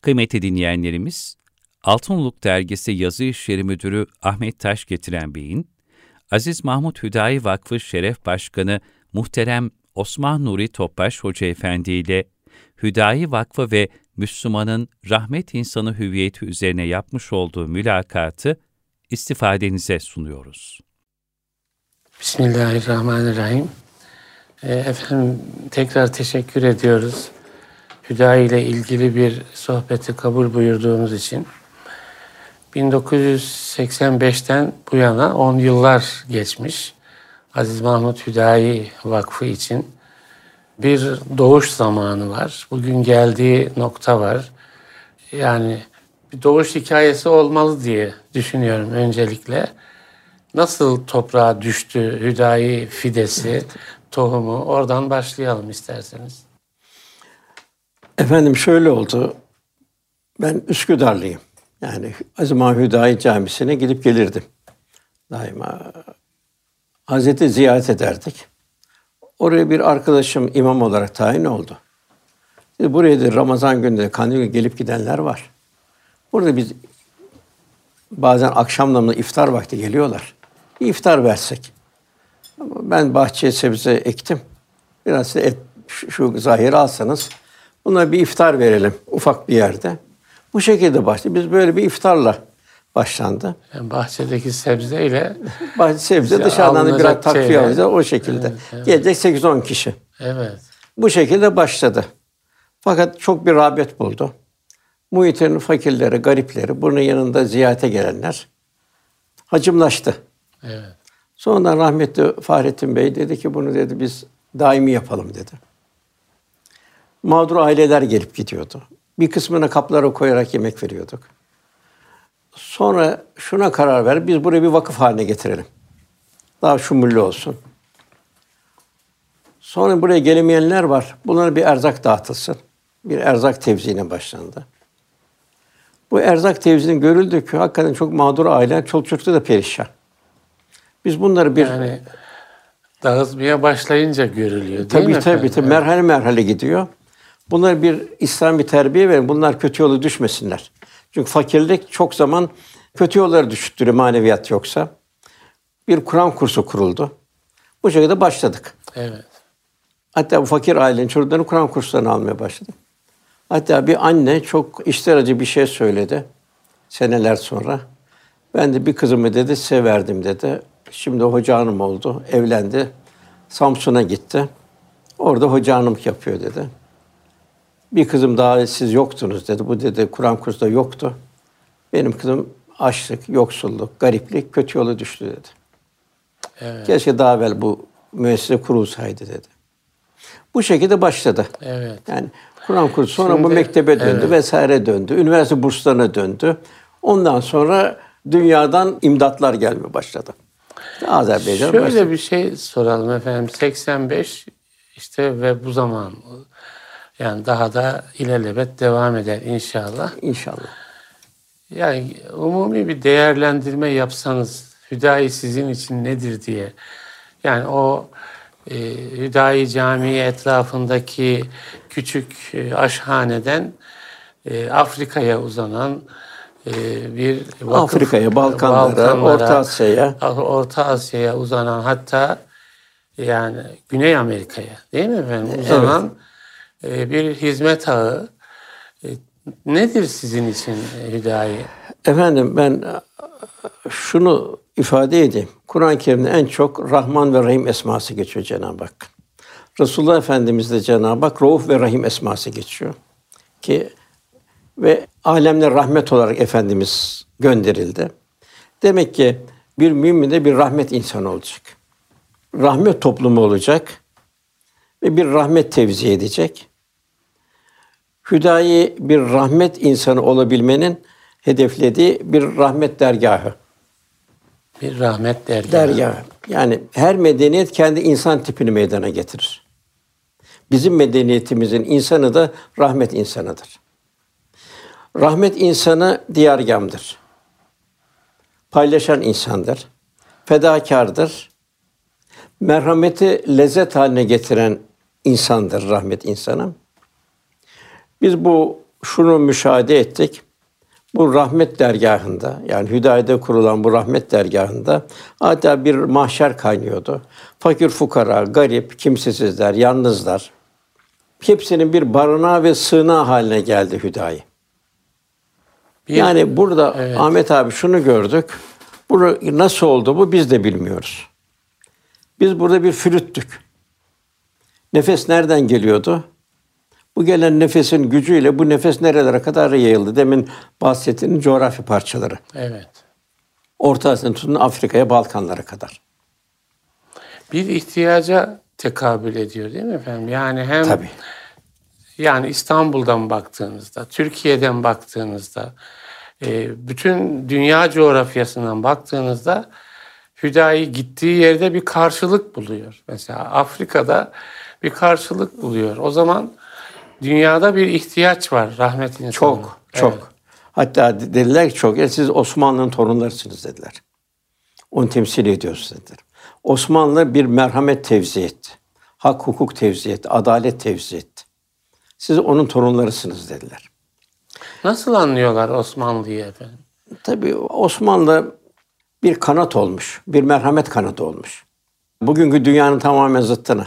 Kıymetli dinleyenlerimiz, Altınoluk Dergisi Yazı İşleri Müdürü Ahmet Taşgetiren Bey'in, Aziz Mahmud Hüdayi Vakfı Şeref Başkanı Muhterem Osman Nuri Topbaş Hoca Efendi ile Hüdayi Vakfı ve Müslümanın rahmet insanı hüviyeti üzerine yapmış olduğu mülakatı istifadenize sunuyoruz. Bismillahirrahmanirrahim. Efendim tekrar teşekkür ediyoruz. Hüdayi ile ilgili bir sohbeti kabul buyurduğumuz için. 1985'ten bu yana 10 yıllar geçmiş. Aziz Mahmud Hüdayi Vakfı için bir doğuş zamanı var. Bugün geldiği nokta var. Yani bir doğuş hikayesi olmalı diye düşünüyorum öncelikle. Nasıl toprağa düştü Hüdayi fidesi, tohumu? Oradan başlayalım isterseniz. Efendim şöyle oldu. Ben Üsküdarlıyım. Yani Aziz Mahmud Hüdayi Camisi'ne gidip gelirdim. Daima Hazreti ziyaret ederdik. Oraya bir arkadaşım imam olarak tayin oldu. Buraya da Ramazan günleri, kandil günü gelip gidenler var. Burada biz bazen akşam namazı iftar vakti geliyorlar. Bir iftar versek. Ama ben bahçeye sebze ektim. Biraz et, şu zahiri alsanız buna bir iftar verelim ufak bir yerde. Bu şekilde başladı. Biz böyle bir iftarla başlandı. Yani bahçedeki sebzeyle bahçe sebze dışarıdan da biraz takviye alacağız o şekilde. Evet, evet. Gelecek 8-10 kişi. Evet. Bu şekilde başladı. Fakat çok bir rağbet buldu. Muhit'in fakirleri, garipleri, bunun yanında ziyarete gelenler hacimlaştı. Evet. Sonra rahmetli Fahrettin Bey dedi ki bunu dedi biz daimi yapalım dedi. Mağdur aileler gelip gidiyordu. Bir kısmını kaplara koyarak yemek veriyorduk. Sonra şuna karar verdik, biz burayı bir vakıf haline getirelim. Daha şumullü olsun. Sonra buraya gelemeyenler var. Bunlara bir erzak dağıtılsın. Bir erzak tevziine başlandı. Bu erzak tevziini görüldü ki hakikaten çok mağdur aileler, çoluk çocuklar da perişan. Biz bunları bir... Yani dağıtmaya başlayınca görülüyor değil mi? Tabii. Evet. Merhale merhale gidiyor. Bunlar bir İslami terbiye verin. Bunlar kötü yola düşmesinler. Çünkü fakirlik çok zaman kötü yollara düşürtüyor maneviyat yoksa. Bir Kur'an kursu kuruldu. Bu şekilde başladık. Evet. Hatta bu fakir ailenin çocuklarını Kur'an kurslarına almaya başladık. Hatta bir anne çok içler acı bir şey söyledi seneler sonra. Ben de bir kızımı dedi size verdim dedi. Şimdi hoca hanım oldu, evlendi. Samsun'a gitti. Orada hoca hanımlık yapıyor dedi. Bir kızım daha siz yoktunuz dedi. Bu dedi Kur'an kursunda yoktu. Benim kızım açlık, yoksulluk, gariplik, kötü yola düştü dedi. Evet. Keşke daha evvel bu müessese kurulsaydı dedi. Bu şekilde başladı. Evet. Yani Kur'an kursu sonra bu mektebe döndü vesaire döndü. Üniversite burslarına döndü. Ondan sonra dünyadan imdatlar gelmeye başladı. Azerbaycan şöyle başladı. Bir şey soralım efendim. 85 işte ve bu zaman yani daha da ilelebet devam eder inşallah. İnşallah. Yani umumi bir değerlendirme yapsanız Hüdayi sizin için nedir diye. Yani o Hüdayi Camii etrafındaki küçük aşhaneden Afrika'ya uzanan bir vakıf. Afrika'ya, Balkanlara, Orta Asya'ya uzanan hatta yani Güney Amerika'ya değil mi efendim uzanan bir hizmet ağı. Nedir sizin için Hüdayi? Efendim ben şunu ifade edeyim. Kur'an-ı Kerim'de en çok Rahman ve Rahim esması geçiyor Cenab-ı Hak. Resulullah Efendimiz'de Cenab-ı Hak Rauf ve Rahim esması geçiyor. Ki ve alemler rahmet olarak Efendimiz gönderildi. Demek ki bir mümin de bir rahmet insanı olacak. Rahmet toplumu olacak ve bir rahmet tevzi edecek. Hüdayi bir rahmet insanı olabilmenin hedeflediği bir rahmet dergahı. Bir rahmet dergahı. Yani her medeniyet kendi insan tipini meydana getirir. Bizim medeniyetimizin insanı da rahmet insanıdır. Rahmet insanı diyargâmdır. Paylaşan insandır. Fedakârdır. Merhameti lezzet haline getiren insandır rahmet insanı. Biz bu şunu müşahede ettik. Bu rahmet dergahında, yani Hüdayi'de kurulan bu rahmet dergahında hatta bir mahşer kaynıyordu. Fakir fukara, garip, kimsesizler, yalnızlar, hepsinin bir barınağı ve sığınağı haline geldi Hüdayi. Yani burada evet. Ahmet abi şunu gördük. Bu nasıl oldu bu biz de bilmiyoruz. Biz burada bir flüttük. Nefes nereden geliyordu? Bu gelen nefesin gücüyle bu nefes nerelere kadar yayıldı? Demin bahsettiğim coğrafi parçaları. Evet. Orta Asya'dan tutun Afrika'ya, Balkanlara kadar. Bir ihtiyaca tekabül ediyor değil mi efendim? Yani hem Tabii. yani İstanbul'dan baktığınızda, Türkiye'den baktığınızda, bütün dünya coğrafyasından baktığınızda Hüdayi gittiği yerde bir karşılık buluyor. Mesela Afrika'da bir karşılık buluyor. O zaman dünyada bir ihtiyaç var rahmet insanına. Çok. Evet. Hatta dediler ki çok. Siz Osmanlı'nın torunlarısınız dediler. Onu temsil ediyorsunuz dediler. Osmanlı bir merhamet tevzi etti. Hak, hukuk tevzi etti. Adalet tevzi etti. Siz onun torunlarısınız dediler. Nasıl anlıyorlar Osmanlı'yı efendim? Tabii Osmanlı bir kanat olmuş. Bir merhamet kanadı olmuş. Bugünkü dünyanın tamamen zıttına.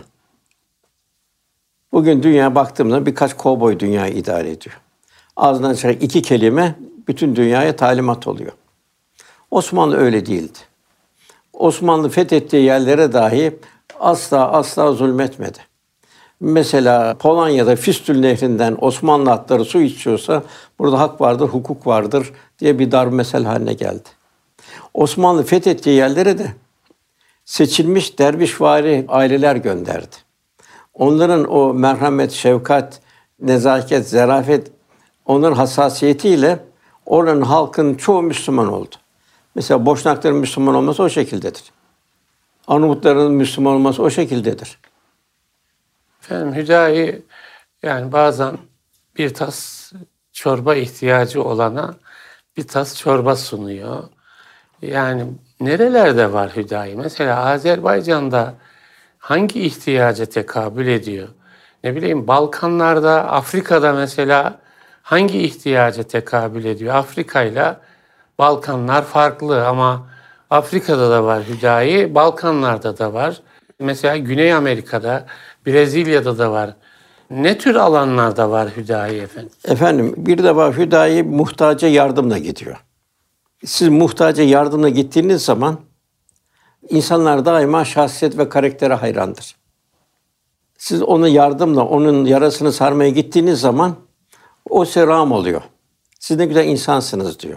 Bugün dünya baktığımda birkaç kovboy dünyayı idare ediyor. Ağzından çıkan 2 kelime bütün dünyaya talimat oluyor. Osmanlı öyle değildi. Osmanlı fethettiği yerlere dahi asla zulmetmedi. Mesela Polonya'da Fistül Nehri'nden Osmanlı atları su içiyorsa burada hak vardır, hukuk vardır diye bir darb-mesel haline geldi. Osmanlı fethettiği yerlere de seçilmiş dervişvari aileler gönderdi. Onların o merhamet, şefkat, nezaket, zarafet, onların hassasiyetiyle oranın halkın çoğu Müslüman oldu. Mesela Boşnakların Müslüman olması o şekildedir. Arnavutların Müslüman olması o şekildedir. Efendim Hüdayi yani bazen bir tas çorba ihtiyacı olana bir tas çorba sunuyor. Yani nerelerde var Hüdayi? Mesela Azerbaycan'da hangi ihtiyaca tekabül ediyor? Ne bileyim Balkanlarda, Afrika'da mesela hangi ihtiyaca tekabül ediyor? Afrika ile Balkanlar farklı ama Afrika'da da var Hüdayi, Balkanlarda da var. Mesela Güney Amerika'da, Brezilya'da da var. Ne tür alanlarda var Hüdayi efendim? Efendim bir de var Hüdayi muhtaca yardımla gidiyor. Siz muhtaca yardımla gittiğiniz zaman insanlar daima şahsiyet ve karaktere hayrandır. Siz ona yardımla, onun yarasını sarmaya gittiğiniz zaman o seram oluyor. Siz ne güzel insansınız diyor.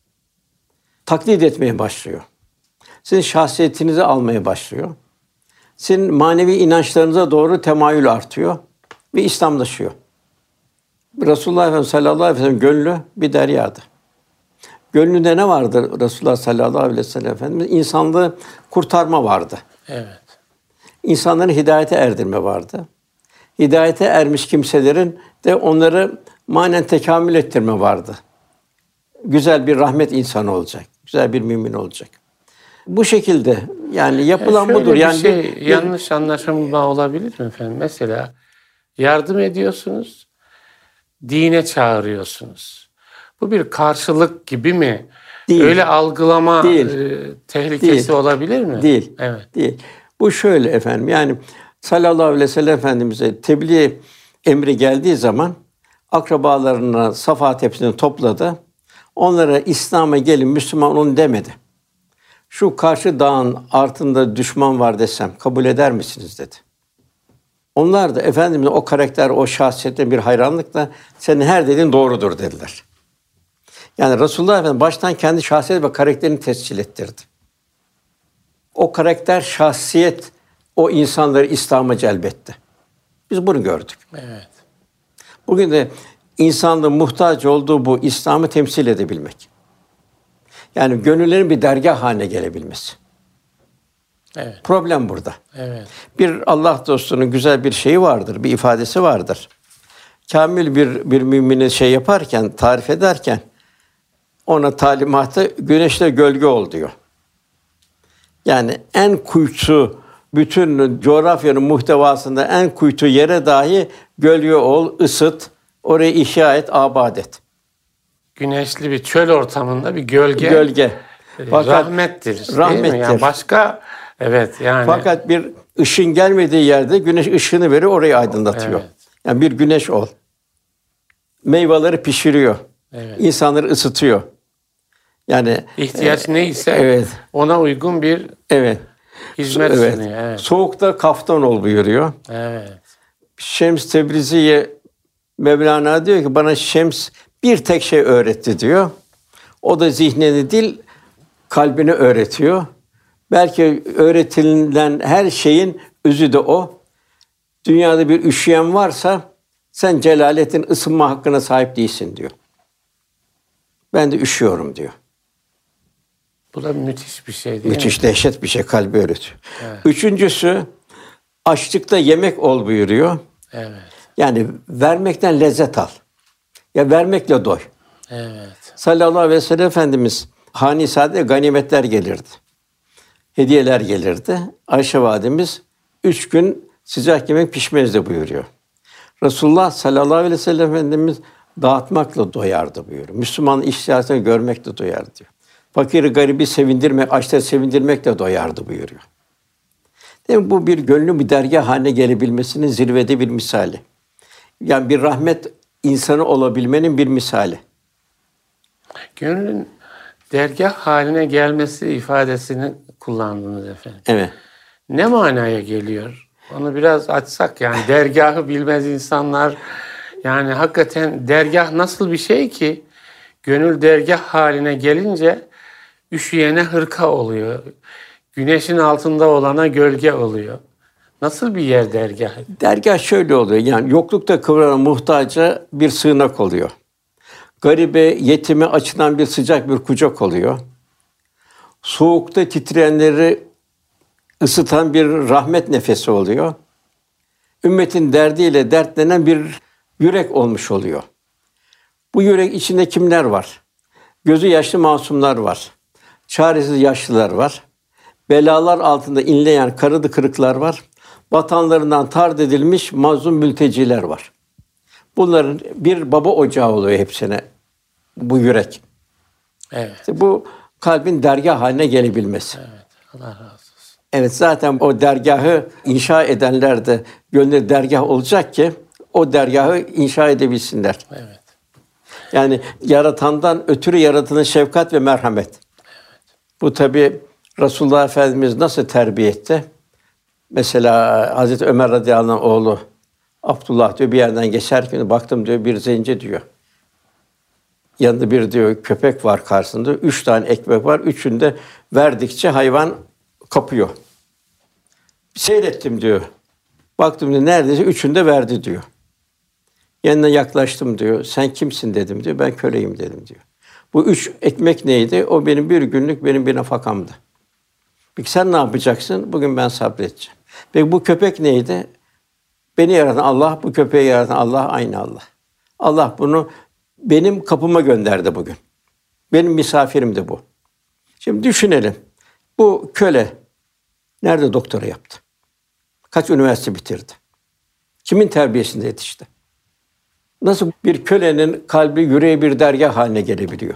Taklit etmeye başlıyor. Sizin şahsiyetinizi almaya başlıyor. Sizin manevi inançlarınıza doğru temayül artıyor ve İslamlaşıyor. Resulullah Efendimiz sallallahu aleyhi ve sellem gönlü bir deryadı. Gönlünde ne vardı Resulullah sallallahu aleyhi ve sellem Efendimiz? İnsanlığı kurtarma vardı. Evet. İnsanları hidayete erdirme vardı. Hidayete ermiş kimselerin de onları manen tekamül ettirme vardı. Güzel bir rahmet insanı olacak. Güzel bir mümin olacak. Bu şekilde yani yapılan budur. Yani yanlış anlaşılma olabilir mi efendim? Mesela yardım ediyorsunuz, dine çağırıyorsunuz. Bu bir karşılık gibi mi? Değil. Öyle algılama tehlikesi Değil. olabilir mi? Değil. Evet. Değil. Bu şöyle efendim. Yani sallallahu aleyhi ve sellem Efendimiz'e tebliğ emri geldiği zaman akrabalarına Safa Tepesi'ni topladı. Onlara İslam'a gelin, Müslüman olun demedi. Şu karşı dağın altında düşman var desem kabul eder misiniz dedi. Onlar da Efendimiz'e o karakter, o şahsiyetle bir hayranlıkla senin her dediğin doğrudur dediler. Yani Resulullah Efendimiz baştan kendi şahsiyet ve karakterini tescil ettirdi. O karakter, şahsiyet o insanları İslam'a celbetti. Biz bunu gördük. Evet. Bugün de insanlığın muhtaç olduğu bu İslam'ı temsil edebilmek. Yani gönüllerin bir dergah haline gelebilmesi. Evet. Problem burada. Evet. Bir Allah dostunun güzel bir şeyi vardır, bir ifadesi vardır. Kamil bir mümini şey yaparken, tarif ederken ona talimatı güneşle gölge ol diyor. Yani en kuytu, bütün coğrafyanın muhtevasında en kuytu yere dahi gölge ol, ısıt, Orayı ihya et, abad et. Güneşli bir çöl ortamında bir gölge. Gölge. Fakat Rahmettir. Değil mi? rahmettir. Yani başka, evet yani. Fakat bir ışın gelmediği yerde güneş ışığını veriyor, orayı aydınlatıyor. Evet. Yani bir güneş ol. Meyveleri pişiriyor. Evet. İnsanları ısıtıyor. Yani İhtiyaç neyse evet. ona uygun bir Evet. hizmet Evet. sunuyor. Evet. Soğukta kaftan ol buyuruyor. Evet. Şems Tebrizi'ye Mevlana diyor ki bana Şems bir tek şey öğretti diyor. O da zihnini değil, kalbini öğretiyor. Belki öğretilen her şeyin özü de o. Dünyada bir üşüyen varsa sen celaletin ısınma hakkına sahip değilsin diyor. Ben de üşüyorum diyor. Bu da müthiş bir şey değil mi? Müthiş, dehşet bir şey, kalbi öğretiyor. Evet. Üçüncüsü, açlıkta yemek ol buyuruyor. Evet. Yani vermekten lezzet al. Ya vermekle doy. Evet. Sallallahu aleyhi ve sellem Efendimiz Hani Saadet'e ganimetler gelirdi. Hediyeler gelirdi. Ayşe validemiz 3 gün sıcak yemek pişmezdi buyuruyor. Resulullah sallallahu aleyhi ve sellem Efendimiz dağıtmakla doyardı buyuruyor. Müslüman ihtiyaçlarını görmekle doyardı diyor. Fakiri garibi sevindirmek, açları sevindirmekle doyardı buyuruyor. Değil mi? Bu bir gönlün bir dergâh haline gelebilmesinin zirvede bir misali. Yani bir rahmet insanı olabilmenin bir misali. Gönlün dergâh haline gelmesi ifadesini kullandınız efendim. Evet. Ne manaya geliyor? Onu biraz açsak yani dergâhı bilmez insanlar. Yani hakikaten dergâh nasıl bir şey ki? Gönül dergâh haline gelince üşüyene hırka oluyor. Güneşin altında olana gölge oluyor. Nasıl bir yer dergâh? Dergâh şöyle oluyor. Yani yoklukta kıvranan muhtaca bir sığınak oluyor. Garibe, yetime açılan bir sıcak bir kucak oluyor. Soğukta titreyenleri ısıtan bir rahmet nefesi oluyor. Ümmetin derdiyle dertlenen bir yürek olmuş oluyor. Bu yürek içinde kimler var? Gözü yaşlı masumlar var. Çaresiz yaşlılar var. Belalar altında inleyen kanadı kırıklar var. Vatanlarından tard edilmiş mazlum mülteciler var. Bunların bir baba ocağı oluyor hepsine bu yürek. Evet. İşte bu kalbin dergâh haline gelebilmesi. Evet. Allah razı olsun. Evet, zaten o dergâhı inşa edenler de gönülleri dergâh olacak ki o dergâhı inşa edebilsinler. Evet. Yani yaratandan ötürü yaratanın şefkat ve merhamet. Evet. Bu tabi Resulullah Efendimiz nasıl terbiye etti? Mesela Hazreti Ömer radıyallahu anh oğlu Abdullah diyor bir yerden geçerken baktım diyor bir zenci diyor. Yanında bir diyor köpek var karşısında. 3 tane ekmek var. Üçünü de verdikçe hayvan kapıyor. Seyrettim diyor. Baktım diyor neredeyse üçünü de verdi diyor. Yanına yaklaştım diyor. Sen kimsin dedim diyor. Ben köleyim dedim diyor. Bu 3 ekmek neydi? O benim bir günlük benim bir nafakamdı. Peki sen ne yapacaksın? Bugün ben sabredeceğim. Peki bu köpek neydi? Beni yaratan Allah, bu köpeği yaratan Allah aynı Allah. Allah bunu benim kapıma gönderdi bugün. Benim misafirim de bu. Şimdi düşünelim. Bu köle nerede doktora yaptı? Kaç üniversite bitirdi? Kimin terbiyesinde yetişti? Nasıl bir kölenin kalbi, yüreği bir dergâh haline gelebiliyor?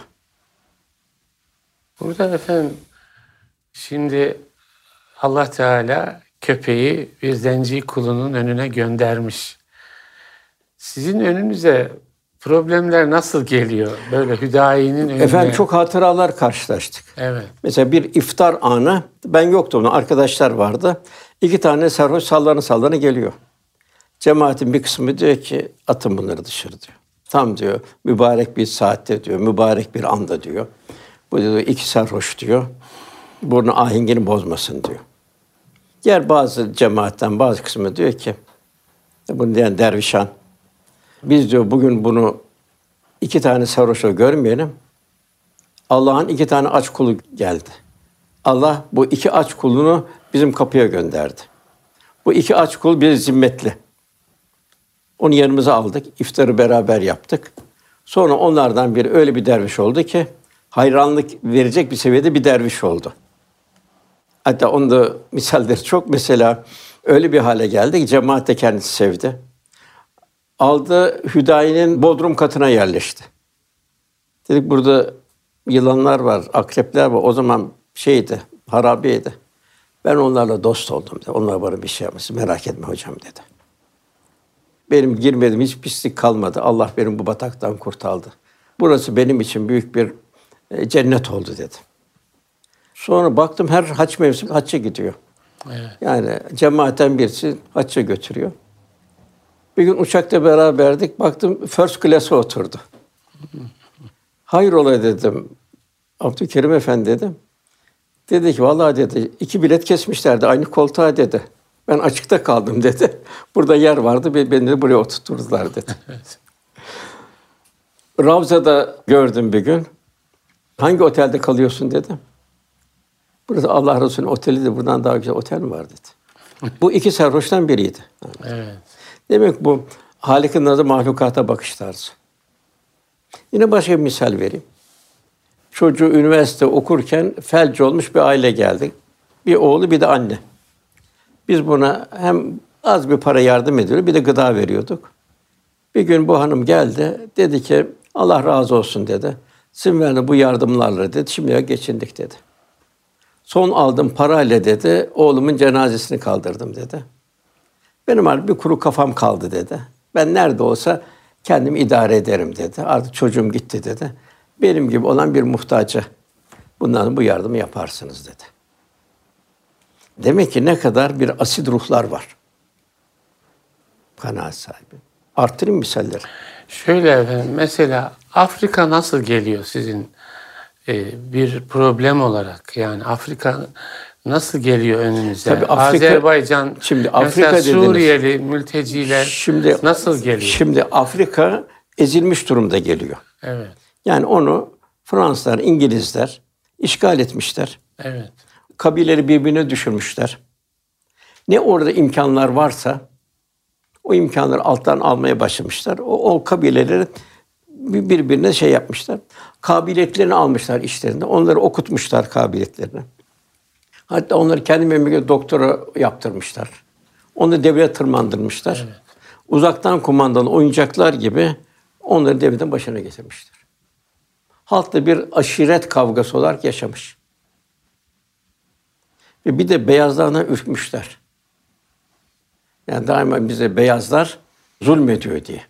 Burada efendim şimdi Allah Teala köpeği bir zenci kulunun önüne göndermiş. Sizin önünüze problemler nasıl geliyor? Böyle Hüdayi'nin önüne. Efendim çok hatıralar karşılaştık. Evet. Mesela bir iftar anı, ben yoktum, arkadaşlar vardı. 2 tane sarhoş sallarına geliyor. Cemaatin bir kısmı diyor ki, atın bunları dışarı diyor. Tam diyor, mübarek bir saatte diyor, mübarek bir anda diyor. Bu diyor 2 sarhoş diyor, burnu ahengini bozmasın diyor. Diğer bazı cemaatten bazı kısmı diyor ki, bunu diyen dervişan, biz diyor bugün bunu 2 tane sarhoşu görmeyelim. Allah'ın 2 tane aç kulu geldi. Allah bu 2 aç kulunu bizim kapıya gönderdi. Bu 2 aç kul bir zimmetli. Onu yanımıza aldık, iftarı beraber yaptık. Sonra onlardan biri öyle bir derviş oldu ki hayranlık verecek bir seviyede bir derviş oldu. Hatta onda misalleri çok. Mesela öyle bir hale geldi ki cemaat de kendisi sevdi. Aldı, Hüdayi'nin bodrum katına yerleşti. Dedik burada yılanlar var, akrepler var. O zaman harabeydi. Ben onlarla dost oldum dedi. Onlar bana bir şey yapmasın. Merak etme hocam dedi. Benim girmedim, hiç pislik kalmadı. Allah benim bu bataktan kurtardı. Burası benim için büyük bir cennet oldu dedi. Sonra baktım her hac mevsimi hacca gidiyor. Evet. Yani cemaatten birisi hacca götürüyor. Bir gün uçakta beraberdik. Baktım first class'a oturdu. Hayrola dedim. Abdülkerim Efendi dedim. Dedi ki vallahi dedi 2 bilet kesmişlerdi aynı koltuğa dedi. Ben açıkta kaldım dedi. Burada yer vardı beni de buraya oturtturdular dedi. Ravza'da gördüm bir gün. Hangi otelde kalıyorsun dedim. Burada Allah Resulü'nün oteli de buradan daha güzel otel mi var dedi. Bu 2 sarhoştan biriydi. Evet. Demek ki bu Halik'in nazı mahlukata bakış tarzı. Yine başka bir misal vereyim. Çocuğu üniversite okurken felç olmuş bir aile geldi. Bir oğlu bir de anne. Biz buna hem az bir para yardım ediyoruz bir de gıda veriyorduk. Bir gün bu hanım geldi. Dedi ki Allah razı olsun dedi. Sizin verdiğiniz bu yardımlarla dedi. Şimdiye geçindik dedi. Son aldığım parayla dedi. Oğlumun cenazesini kaldırdım dedi. Benim artık bir kuru kafam kaldı dedi. Ben nerede olsa kendim idare ederim dedi. Artık çocuğum gitti dedi. Benim gibi olan bir muhtaca bundan bu yardımı yaparsınız dedi. Demek ki ne kadar bir asil ruhlar var. Kanaat sahibi. Arttırayım misalleri. Şöyle efendim, mesela Afrika nasıl geliyor sizin bir problem olarak? Yani Afrika nasıl geliyor önünüze? Tabii Afrika, Azerbaycan, şimdi Afrika mesela Suriyeli dediniz. mülteciler nasıl geliyor? Şimdi Afrika ezilmiş durumda geliyor. Evet, Yani onu Fransızlar, İngilizler işgal etmişler. evet, Kabileleri birbirine düşürmüşler. Ne orada imkanlar varsa o imkanları alttan almaya başlamışlar. O kabileleri birbirine yapmışlar. Kabiliyetlerini almışlar işlerinde. Onları okutmuşlar kabiliyetlerini. Hatta onları kendi memleketinde doktora yaptırmışlar. Onu devlet tırmandırmışlar. Evet. Uzaktan kumandalı oyuncaklar gibi onları devletin başına getirmişler. Halk da bir aşiret kavgası olarak yaşamış. Ve bir de beyazlardan ürkmüşler. Yani daima bize beyazlar zulmediyor diye.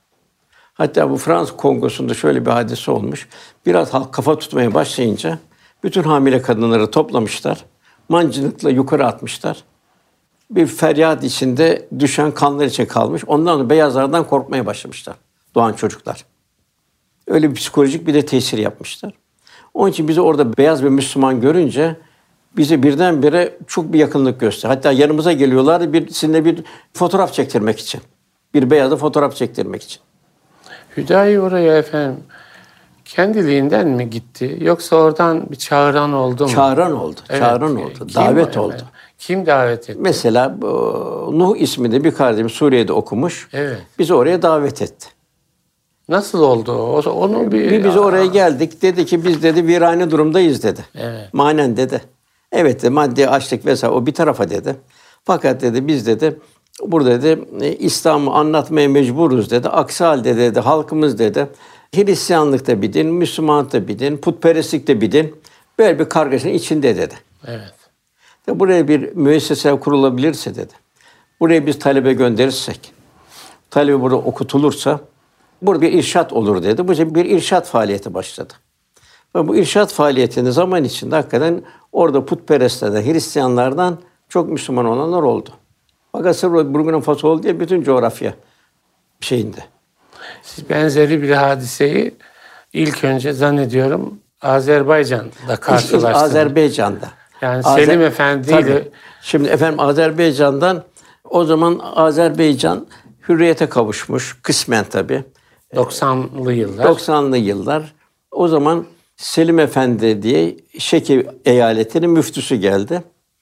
Hatta bu Fransız Kongosu'nda şöyle bir hadise olmuş. Biraz halk kafa tutmaya başlayınca bütün hamile kadınları toplamışlar. Mancınıkla yukarı atmışlar. Bir feryat içinde düşen kanlar içe kalmış. Ondan sonra beyazlardan korkmaya başlamışlar. Doğan çocuklar. Öyle bir psikolojik bir de tesir yapmışlar. Onun için bizi orada beyaz bir Müslüman görünce bize birdenbire çok bir yakınlık gösterdi. Hatta yanımıza geliyorlardı sizinle bir fotoğraf çektirmek için. Bir beyazla fotoğraf çektirmek için. Hüdayi oraya efendim kendiliğinden mi gitti? Yoksa oradan bir çağıran oldu mu? Çağıran oldu. Evet. Çağıran oldu. Kim Davet o oldu. efendim? Kim davet etti? Mesela Nuh isminde bir kardeşim Suriye'de okumuş. Evet. Bizi oraya davet etti. Nasıl oldu o? Onun Biz oraya geldik. Dedi ki biz dedi virane durumdayız dedi. Evet. Manen dedi. Evet dedi maddi açlık vesaire o bir tarafa dedi. Fakat dedi biz dedi burada dedi İslam'ı anlatmaya mecburuz dedi. Aksi halde dedi halkımız dedi Hristiyanlık da bir din, Müslümanlık da bir din, putperestlik de bir din. Böyle bir kargaşanın içinde dedi. Evet. Buraya bir müessese kurulabilirse dedi. Buraya biz talebe gönderirsek, talebe burada okutulursa burada bir irşat olur dedi. Bu bir irşat faaliyeti başladı. Ve bu irşat faaliyetinin zaman içinde hakikaten orada putperestlerden, Hristiyanlardan çok Müslüman olanlar oldu. Fakat sırf Burkina Faso diye bütün coğrafya şeyinde. Siz benzeri bir hadiseyi ilk önce zannediyorum Azerbaycan'da karşılaştınız. Azerbaycan'da. Yani Selim Efendi ile... Şimdi efendim Azerbaycan'dan o zaman Azerbaycan hürriyete kavuşmuş kısmen tabii. 90'lı yıllar. 90'lı yıllar. O zaman Selim Efendi diye Şeki eyaletinin müftüsü geldi.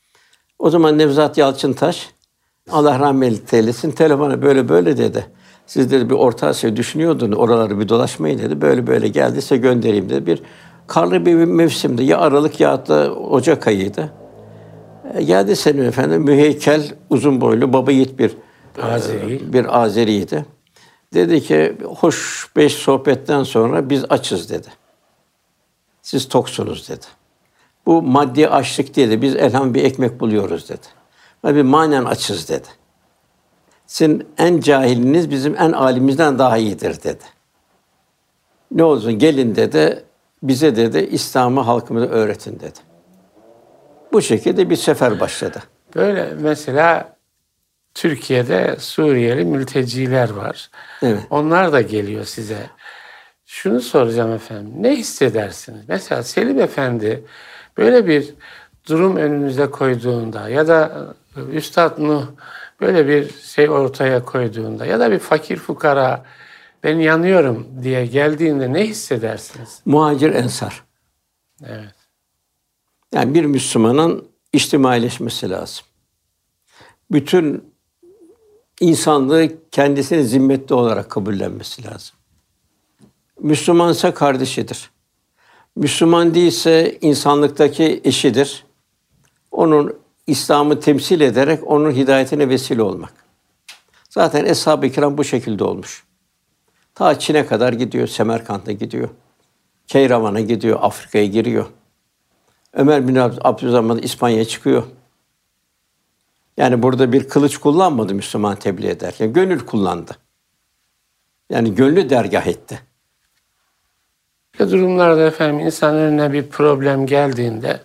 O zaman Nevzat Yalçıntaş, Allah rahmet eylesin, telefona böyle dedi. Siz dedi bir Orta Asya düşünüyordunuz, oraları bir dolaşmayın dedi. Böyle geldi, size göndereyim dedi. Bir karlı bir mevsimdi. Ya Aralık ya da Ocak ayıydı. Geldi Selim Efendi, müheykel, uzun boylu, baba yiğit bir Azeriydi. Dedi ki, hoş 5 sohbetten sonra biz açız dedi. Siz toksunuz dedi. Bu maddi açlık dedi. Biz elham bir ekmek buluyoruz dedi. Ve bir manen açız dedi. Sizin en cahiliniz bizim en alimimizden daha iyidir dedi. Ne olsun gelin dedi, bize dedi İslam'ı halkımıza öğretin dedi. Bu şekilde bir sefer başladı. Böyle mesela Türkiye'de Suriyeli mülteciler var. Evet. Onlar da geliyor size. Şunu soracağım efendim. Ne hissedersiniz? Mesela Selim Efendi böyle bir durum önünüze koyduğunda ya da Üstad Nuh böyle bir şey ortaya koyduğunda ya da bir fakir fukara ben yanıyorum diye geldiğinde ne hissedersiniz? Muhacir ensar. Evet. Yani bir Müslümanın içtimaileşmesi lazım. Bütün insanlığı kendisinin zimmetli olarak kabullenmesi lazım. Müslümansa kardeşidir. Müslüman değilse insanlıktaki eşidir. Onun İslam'ı temsil ederek onun hidayetine vesile olmak. Zaten Eshab-ı Kiram bu şekilde olmuş. Ta Çin'e kadar gidiyor, Semerkant'a gidiyor. Keyravan'a gidiyor, Afrika'ya giriyor. Ömer bin Abdülaziz İspanya'ya çıkıyor. Yani burada bir kılıç kullanmadı Müslüman tebliğ ederken. Gönül kullandı. Yani gönlü dergah etti. Bu durumlarda efendim insan önüne bir problem geldiğinde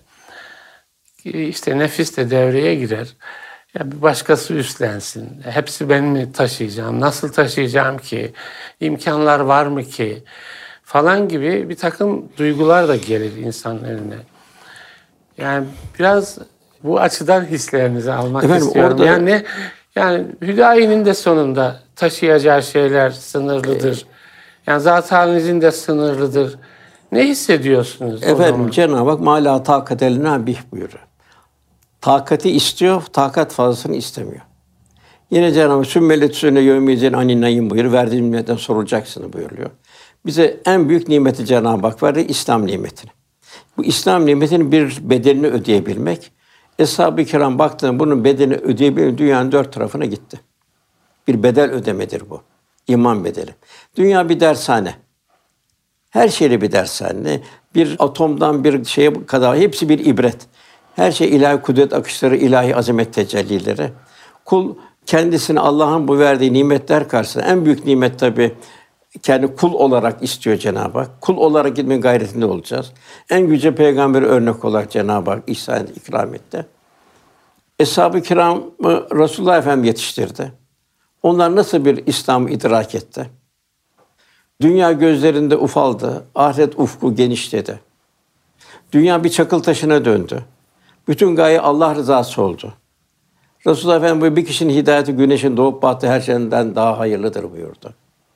işte nefis de devreye girer. Ya bir başkası üstlensin. Hepsi ben mi taşıyacağım? Nasıl taşıyacağım ki? İmkanlar var mı ki? Falan gibi bir takım duygular da gelir insanın önüne. Yani biraz bu açıdan hislerinizi almak istiyorum. Orada... Yani Hüdayi'nin de sonunda taşıyacağı şeyler sınırlıdır. Yani zat halinizin de sınırlıdır. Ne hissediyorsunuz o zaman? Cenab-ı Hak mâ lâ tâkate lenâ bih buyuruyor. Takati istiyor, takat fazlasını istemiyor. Yine Cenab-ı Hak sümmele tüsüne yevmiyecen anin nayim buyuruyor. Verdiği nimetten sorulacaksın buyuruyor. Bize en büyük nimeti Cenab-ı Hak verdi, İslam nimetini. Bu İslam nimetinin bir bedelini ödeyebilmek. Eshab-ı Kiram baktığında bunun bedelini ödeyebilmek dünyanın 4 tarafına gitti. Bir bedel ödemedir bu. İman bedeli. Dünya bir dershane. Her şeyle bir dershane. Bir atomdan bir şeye kadar hepsi bir ibret. Her şey ilahi kudret akışları, ilahi azamet tecellileri. Kul kendisini Allah'ın bu verdiği nimetler karşısında en büyük nimet tabii kendi kul olarak istiyor Cenab-ı Hak. Kul olarak gitmenin gayretinde olacağız. En yüce peygamberi örnek olarak Cenab-ı Hak ihsan etti, ikram etti. Eshab-ı Kiram'ı Resulullah Efendimiz yetiştirdi. Onlar nasıl bir İslam'ı idrak etti? Dünya gözlerinde ufaldı, ahiret ufku genişledi. Dünya bir çakıl taşına döndü. Bütün gaye Allah rızası oldu. Resulullah Efendimiz bir kişinin hidayeti güneşin doğup battığı her şeyden daha hayırlıdır buyurdu.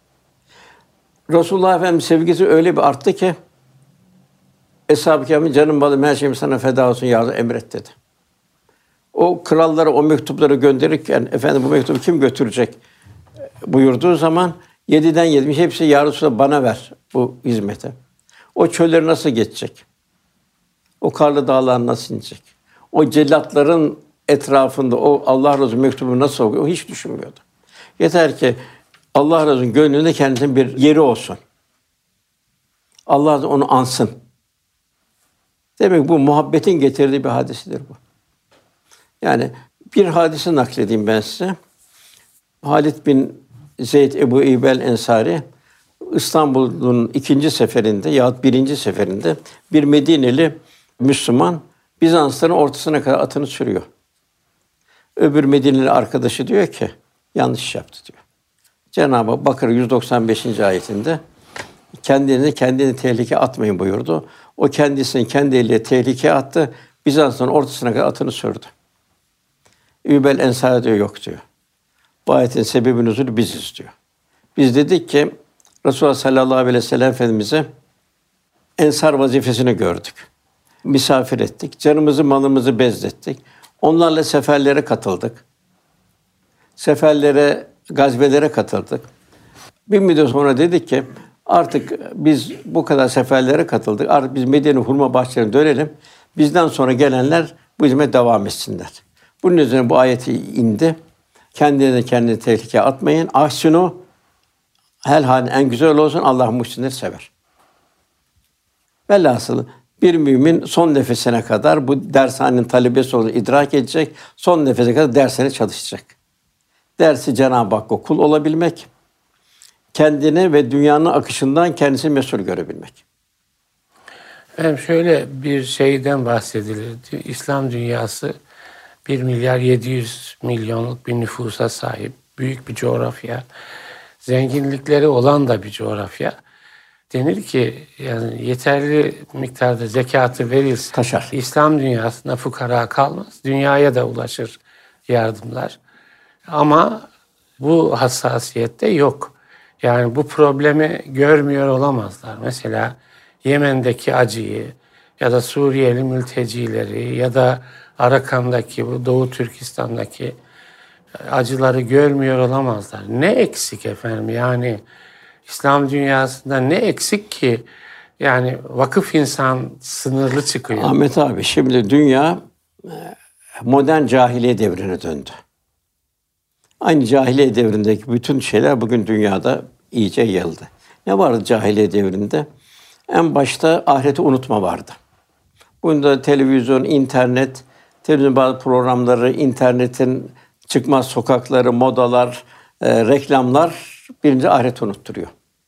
Resulullah Efendimiz sevgisi öyle bir arttı ki Eshab-ı Kiram'ın canım balım her şeyim sana feda olsun ya emret dedi. O krallara o mektupları gönderirken efendim bu mektubu kim götürecek buyurduğu zaman 7'den 70 hepsi ya Resulallah bana ver bu hizmete. O çölleri nasıl geçecek? O karlı dağlar nasıl inecek? O cellatların etrafında o Allah Resulü mektubu nasıl okuyor? O hiç düşünmüyordu. Yeter ki Allah Resulü'nün gönlünde kendisinin bir yeri olsun. Allah da onu ansın. Demek bu muhabbetin getirdiği bir hadisidir bu. Yani bir hadise nakledeyim ben size. Halid bin Zeyd Ebu Eyyub el-Ensari İstanbul'un 2. seferinde yahut 1. seferinde bir Medineli Müslüman Bizansların ortasına kadar atını sürüyor. Öbür Medineli arkadaşı diyor ki yanlış yaptı diyor. Cenab-ı Hak Bakara 195. ayetinde kendini tehlikeye atmayın buyurdu. O kendisini kendi eliyle tehlikeye attı. Bizans'ın ortasına kadar atını sürdü. Übel Ensari diyor yok diyor. Bu ayetin sebebi nüzulü biziz diyor. Biz dedik ki Resulullah sallallahu aleyhi ve sellem Efendimiz'e ensar vazifesini gördük. Misafir ettik. Canımızı malımızı bezlettik. Onlarla seferlere katıldık. Gazvelere katıldık. Bir müddet sonra dedik ki artık biz bu kadar seferlere katıldık. Artık biz Medine hurma bahçelerine dönelim. Bizden sonra gelenler bu hizmete devam etsinler. Bunun üzerine bu ayeti indi. Kendini tehlikeye atmayın. Ahsinu Her halin en güzel olsun, Allah muhsinleri sever. Velhasıl bir mümin son nefesine kadar bu dershanenin talebesi olduğunu idrak edecek, son nefese kadar dersine çalışacak. Dersi Cenab-ı Hakk'a kul olabilmek, kendini ve dünyanın akışından kendisini mesul görebilmek. Efendim şöyle bir şeyden bahsedilir. İslam dünyası 1 milyar 700 milyonluk bir nüfusa sahip. Büyük bir coğrafya. Zenginlikleri olan da bir coğrafya. Denir ki yani yeterli miktarda zekatı verilse Taşar. İslam dünyasında fukara kalmaz. Dünyaya da ulaşır yardımlar. Ama bu hassasiyette yok. Yani bu problemi görmüyor olamazlar. Mesela Yemen'deki acıyı ya da Suriyeli mültecileri ya da Arakan'daki, bu Doğu Türkistan'daki acıları görmüyor olamazlar. Ne eksik efendim? Yani İslam dünyasında ne eksik ki? Yani vakıf insan sınırlı çıkıyor. Ahmet abi, şimdi dünya modern cahiliye devrine döndü. Aynı cahiliye devrindeki bütün şeyler bugün dünyada iyice yayıldı. Ne vardı cahiliye devrinde? En başta ahireti unutma vardı. Bunda televizyon, internet, televizyon bazı programları, internetin çıkmaz sokakları, modalar, reklamlar birinci ahireti unutturuyor.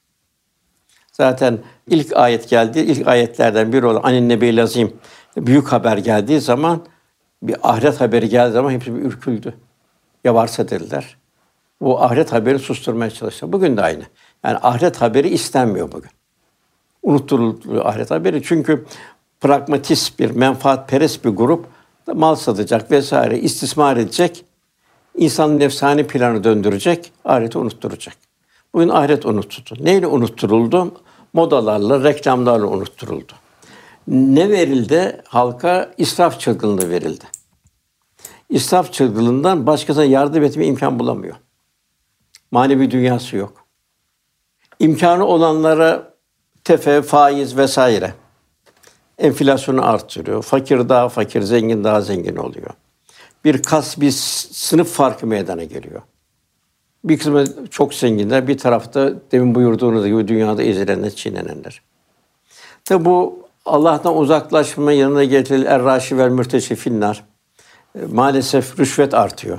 Zaten ilk ayet geldi, ilk ayetlerden biri olan Anin Nebiyyil Azim, büyük haber geldiği zaman, bir ahiret haberi geldiği zaman hepsi bir ürküldü. Ya varsa dediler. Bu ahiret haberi susturmaya çalıştı. Bugün de aynı. Yani ahiret haberi istenmiyor bugün. Unutturuluyor ahiret haberi. Çünkü pragmatist bir, menfaatperest bir grup mal satacak vesaire, istismar edecek. İnsanın nefsani planı döndürecek, ahireti unutturacak. Bugün ahiret unutuldu. Neyle unutturuldu? Modalarla, reklamlarla unutturuldu. Ne verildi? Halka israf çılgınlığı verildi. İsraf çılgınlığından başkasına yardım etmeye imkan bulamıyor. Manevi dünyası yok. İmkanı olanlara faiz vesaire enflasyonu artırıyor. Fakir daha fakir, zengin daha zengin oluyor. Bir sınıf farkı meydana geliyor. Bir kısmı çok zenginler, bir tarafta demin buyurduğunuz gibi dünyada ezilenler, çiğnenenler. Tabi bu Allah'tan uzaklaşma yanına getirilir. Er-râşi vel mürteşi finnâr. Maalesef rüşvet artıyor.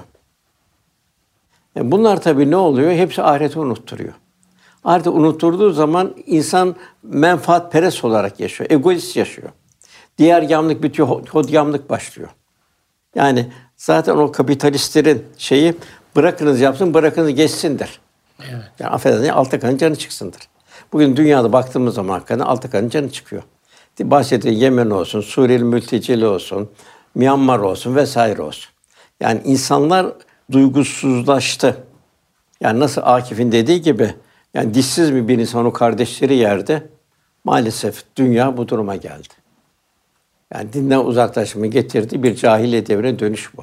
Bunlar tabii ne oluyor? Hepsi ahireti unutturuyor. Ahireti unutturduğu zaman insan menfaatperest olarak yaşıyor, egoist yaşıyor. Diğer yamlık bitiyor, hodgamlık başlıyor. Yani zaten o kapitalistlerin şeyi, bırakınız yapsın, bırakınız geçsindir. Evet. Yani affedersiniz, Alttakan'ın canı çıksındır. Bugün dünyada baktığımız zaman hakikaten Alttakan'ın canı çıkıyor. Bahsettiğim Yemen olsun, Suriyeli mülteciler olsun, Myanmar olsun vesaire olsun. Yani insanlar duygusuzlaştı. Yani nasıl Akif'in dediği gibi, yani dişsiz mi bir insan o kardeşleri yerde, maalesef dünya bu duruma geldi. Yani dinden uzaklaşmayı getirdiği bir cahiliye devrine dönüş bu.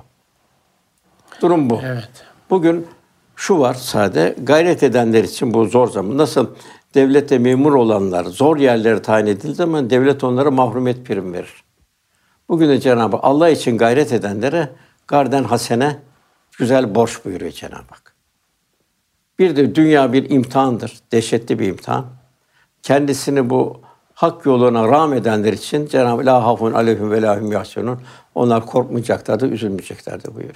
Durum bu. Evet. Bugün şu var sade, gayret edenler için bu zor zaman. Nasıl devlette memur olanlar zor yerlere tayin edildiği zaman devlet onlara mahrumiyet primi verir. Bugün de Cenab-ı Hak Allah için gayret edenlere garden hasene, güzel borç buyuruyor Cenab-ı Hak. Bir de dünya bir imtihandır, dehşetli bir imtihan. Kendisini bu hak yoluna rağm edenler için Cenab-ı Hak la hafun aleyhim ve la hum yahzunun. Onlar korkmayacaklardır, üzülmeyeceklerdir buyuruyor.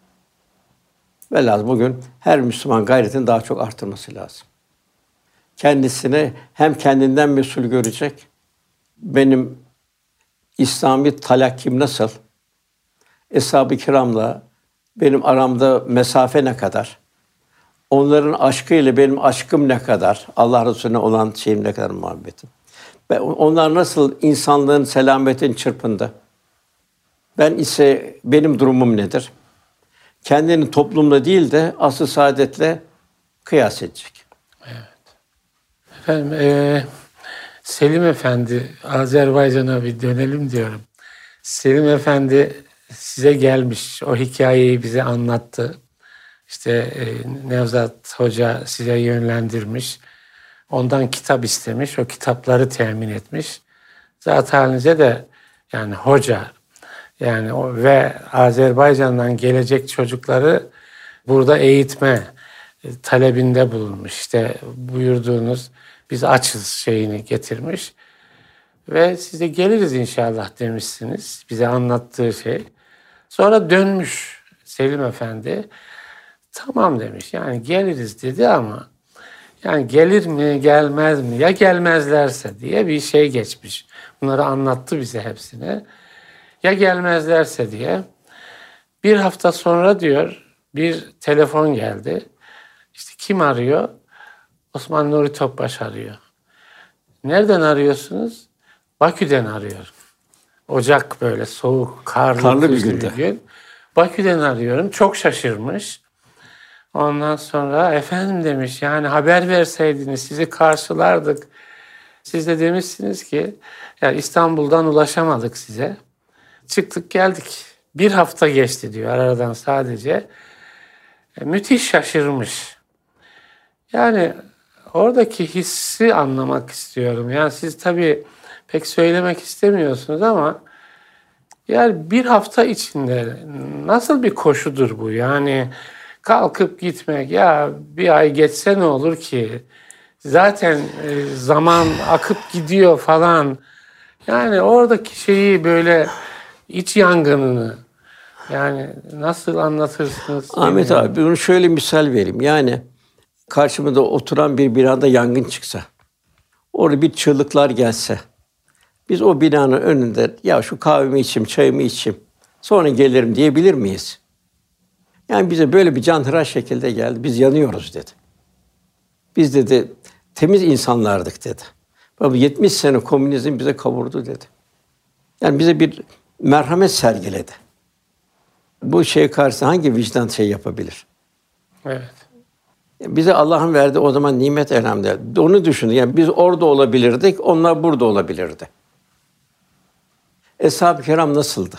Velhâsıl bugün her Müslüman gayretin daha çok artırması lazım. Kendisini hem kendinden mesul görecek, benim İslami talakkim nasıl, Eshab-ı Kiram'la benim aramda mesafe ne kadar, onların aşkıyla benim aşkım ne kadar, Allah Resulüne olan şeyim ne kadar muhabbetim. Onlar nasıl insanlığın selametin çırpındı. Ben ise benim durumum nedir? Kendini toplumla değil de asıl saadetle kıyas edecek. Evet. Efendim, Selim Efendi, Azerbaycan'a bir dönelim diyorum. Selim Efendi size gelmiş, o hikayeyi bize anlattı. İşte Nevzat Hoca size yönlendirmiş. Ondan kitap istemiş, o kitapları temin etmiş. Zat halinize de yani hoca, yani ve Azerbaycan'dan gelecek çocukları burada eğitme talebinde bulunmuş. İşte buyurduğunuz biz açız şeyini getirmiş. Ve size geliriz inşallah demişsiniz. Bize anlattığı şey. Sonra dönmüş Selim Efendi. Tamam demiş. Yani geliriz dedi ama yani gelir mi gelmez mi ya gelmezlerse diye bir şey geçmiş. Bunları anlattı bize hepsini. Ya gelmezlerse diye. Bir hafta sonra diyor bir telefon geldi. İşte kim arıyor? Osman Nuri Topbaş arıyor. Nereden arıyorsunuz? Bakü'den arıyorum. Ocak böyle soğuk, karlı bir günde. bir gün. Bakü'den arıyorum. Çok şaşırmış. Ondan sonra efendim demiş yani haber verseydiniz sizi karşılardık. Siz de demişsiniz ki yani İstanbul'dan ulaşamadık size. Çıktık geldik. Bir hafta geçti diyor aradan sadece. Müthiş şaşırmış. Yani oradaki hissi anlamak istiyorum. Yani siz tabii pek söylemek istemiyorsunuz ama yani bir hafta içinde nasıl bir koşudur bu? Yani kalkıp gitmek ya bir ay geçse ne olur ki? Zaten zaman akıp gidiyor falan. Yani oradaki şeyi böyle iç yangınını yani nasıl anlatırsınız? Ahmet bilmiyorum. abi bunu şöyle misal vereyim. Yani karşımda oturan bir binada yangın çıksa, orada bir çığlıklar gelse, biz o binanın önünde ya şu kahvemi içeyim, çayımı içeyim, sonra gelirim diyebilir miyiz? Yani bize böyle bir canhıraş şekilde geldi. Biz yanıyoruz dedi. Biz dedi temiz insanlardık dedi. Baba 70 sene komünizm bize kavurdu dedi. Yani bize bir merhamet sergiledi. Bu şeye karşı hangi vicdan şey yapabilir? Evet. Bize Allah'ın verdiği o zaman nimet elhamdülillah. Onu düşünün. Yani biz orada olabilirdik, onlar burada olabilirdi. Eshab-ı Kiram nasıldı?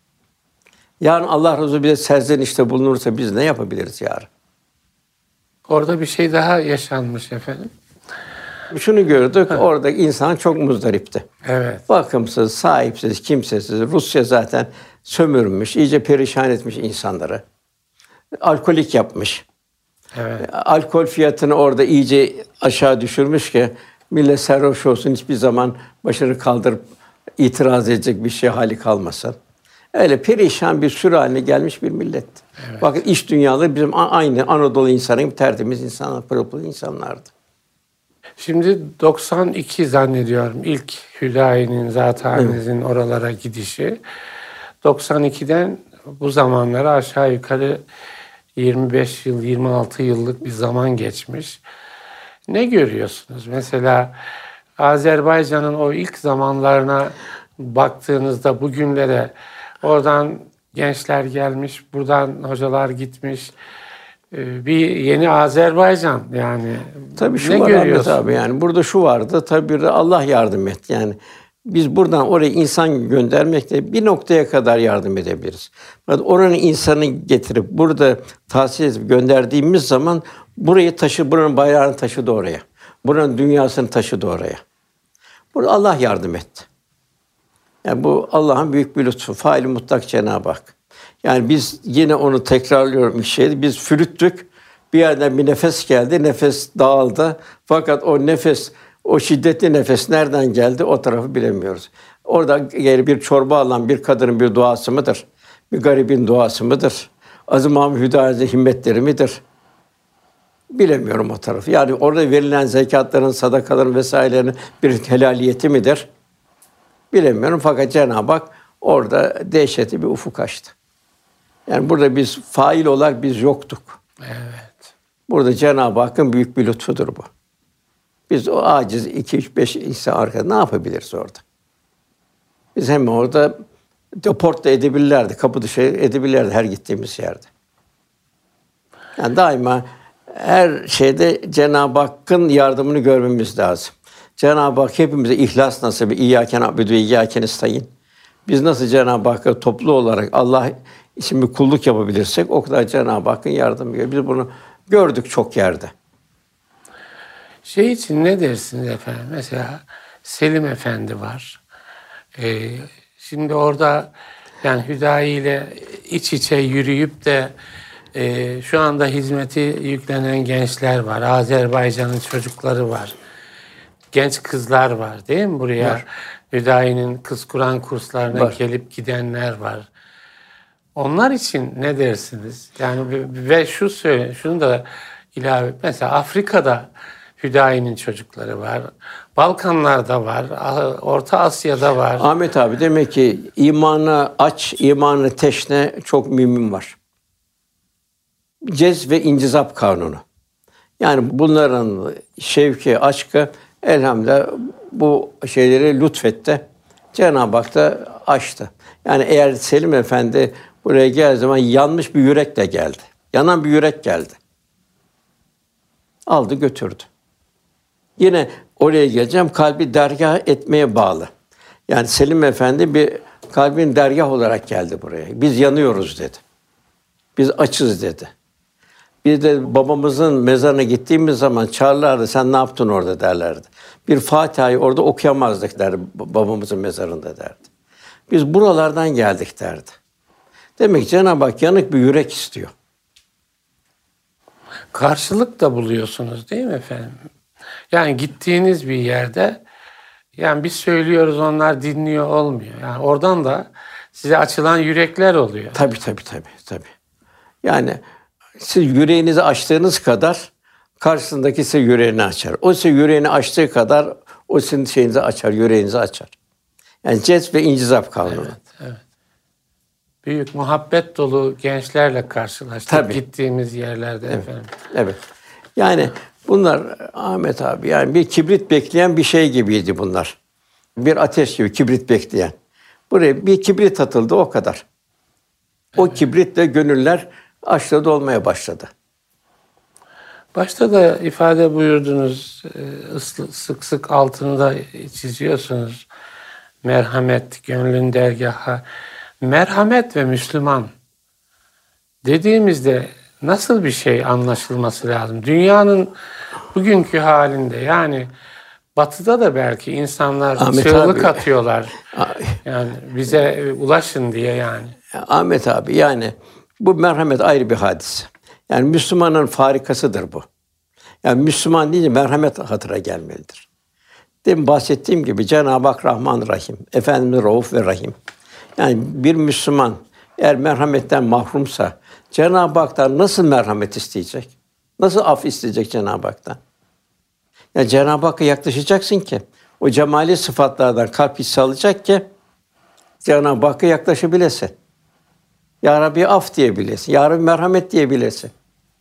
Yarın Allah Resulü bize serzenişte bulunursa biz ne yapabiliriz yarın? Orada bir şey daha yaşanmış efendim. Şunu gördük, orada insan çok muzdaripti. Evet. Bakımsız, sahipsiz, kimsesiz. Rusya zaten sömürmüş, iyice perişan etmiş insanları. Alkolik yapmış. Evet. Alkol fiyatını orada iyice aşağı düşürmüş ki millet sarhoş olsun, hiçbir zaman başını kaldırıp itiraz edecek bir şey hali kalmasın. Öyle perişan bir sürü haline gelmiş bir millet. Evet. Bakın iç dünyalı bizim aynı Anadolu insanı gibi tertemiz insanlar, pırıl pırıl insanlardı. Şimdi 92 zannediyorum ilk Hüdayi'nin Zathaniz'in oralara gidişi. 92'den bu zamanlara aşağı yukarı 25 yıl, 26 yıllık bir zaman geçmiş. Ne görüyorsunuz? Mesela Azerbaycan'ın o ilk zamanlarına baktığınızda bugünlere oradan gençler gelmiş, buradan hocalar gitmiş. Bir yeni Azerbaycan yani. Tabii şu ne var görüyorsun? Ahmet abi, yani burada şu vardı, tabii bir de Allah yardım et. Yani biz buradan oraya insan göndermekle bir noktaya kadar yardım edebiliriz. Fakat oranın insanı getirip burada tahsis edip gönderdiğimiz zaman burayı taşı, buranın bayrağını taşıdı oraya. Buranın dünyasını taşıdı oraya. Burada Allah yardım etti. Yani bu Allah'ın büyük bir lütfu. Fail-i mutlak Cenab-ı Hak. Yani biz yine onu tekrarlıyorum şeydi. Biz flüttük. Bir yerden bir nefes geldi. Nefes dağıldı. Fakat o nefes, o şiddetli nefes nereden geldi o tarafı bilemiyoruz. Orada geri bir çorba alan bir kadının bir duası mıdır? Bir garibin duası mıdır? Aziz Mahmud Hüdayi himmetleri midir? Bilemiyorum o tarafı. Yani orada verilen zekatların, sadakaların vesairelerin bir helaliyeti midir? Bilemiyorum fakat Cenab-ı Hak orada dehşetli bir ufuk açtı. Yani burada biz fail olarak biz yoktuk. Evet. Burada Cenab-ı Hakk'ın büyük bir lütfudur bu. Biz o aciz 2-3-5 insan arkada ne yapabiliriz orada? Biz hem orada deport da edebilirlerdi, kapı dışı edebilirlerdi her gittiğimiz yerde. Yani daima her şeyde Cenab-ı Hakk'ın yardımını görmemiz lazım. Cenab-ı Hak hepimize ihlas nasip, İyyâke na'budu ve İyyâke nestaîn. Biz nasıl Cenab-ı Hakk'a toplu olarak Allah için bir kulluk yapabilirsek o kadar Cenab-ı Hakk'ın yardımı görüyoruz. Biz bunu gördük çok yerde. Şey için ne dersiniz efendim? Mesela Selim Efendi var. Şimdi orada yani Hüdayi ile iç içe yürüyüp de Şu anda hizmeti yüklenen gençler var. Azerbaycan'ın çocukları var. Genç kızlar var değil mi? Buraya var. Hüdayi'nin kız Kur'an kurslarına var. Gelip gidenler var. Onlar için ne dersiniz? Yani ve şunu da ilave, mesela Afrika'da Hüdayi'nin çocukları var. Balkanlar'da var. Orta Asya'da var. Ahmet abi, demek ki imanı aç, imanı teşne çok mümin var. Cez ve incizap kanunu. Yani bunların şevki, aşkı elhamdülillah bu şeyleri lütfetti. Cenab-ı Hak da açtı. Yani eğer Selim Efendi buraya geldiği zaman yanmış bir yürekle geldi. Yanan bir yürek geldi. Aldı götürdü. Yine oraya geleceğim, kalbi dergah etmeye bağlı. Yani Selim Efendi bir kalbin dergah olarak geldi buraya. Biz yanıyoruz dedi. Biz açız dedi. Biz de babamızın mezarına gittiğimiz zaman çağırlardı, sen ne yaptın orada derlerdi. Bir Fatiha'yı orada okuyamazdık derdi, babamızın mezarında derdi. Biz buralardan geldik derdi. Demek ki Cenab-ı Hak yanık bir yürek istiyor. Karşılık da buluyorsunuz değil mi efendim? Yani gittiğiniz bir yerde, yani biz söylüyoruz, onlar dinliyor olmuyor. Yani oradan da size açılan yürekler oluyor. Tabii. Yani siz yüreğinizi açtığınız kadar karşısındaki size yüreğini açar. O size yüreğini açtığı kadar o sizin şeyinizi açar, yüreğinizi açar. Yani cezb ve incizap kanunu. Evet. Büyük muhabbet dolu gençlerle karşılaştık. Tabii. Gittiğimiz yerlerde efendim. Evet. Yani bunlar Ahmet abi, yani bir kibrit bekleyen bir şey gibiydi bunlar. Bir ateş gibi kibrit bekleyen. Buraya bir kibrit atıldı, o kadar. O kibritle gönüller aşkla dolmaya başladı. Başta da ifade buyurdunuz, sık sık altında çiziyorsunuz. Merhamet, gönlün dergahı. Merhamet ve Müslüman dediğimizde nasıl bir şey anlaşılması lazım? Dünyanın bugünkü halinde, yani Batı'da da belki insanlar çığlık atıyorlar. Yani bize ulaşın diye yani. Ahmet abi, yani bu merhamet ayrı bir hadise. Yani Müslümanın farikasıdır bu. Yani Müslüman deyince merhamet hatıra gelmelidir. Demin bahsettiğim gibi Cenab-ı Hak Rahman Rahim, Efendimiz Rauf ve Rahim. Yani bir Müslüman eğer merhametten mahrumsa Cenab-ı Hak'tan nasıl merhamet isteyecek? Nasıl af isteyecek Cenab-ı Hak'tan? Yani Cenab-ı Hakk'a yaklaşacaksın ki o cemali sıfatlardan kalp hissi alacak ki Cenab-ı Hakk'a yaklaşabilesin. Ya Rabbi af diyebilesin. Ya Rabbi merhamet diyebilesin.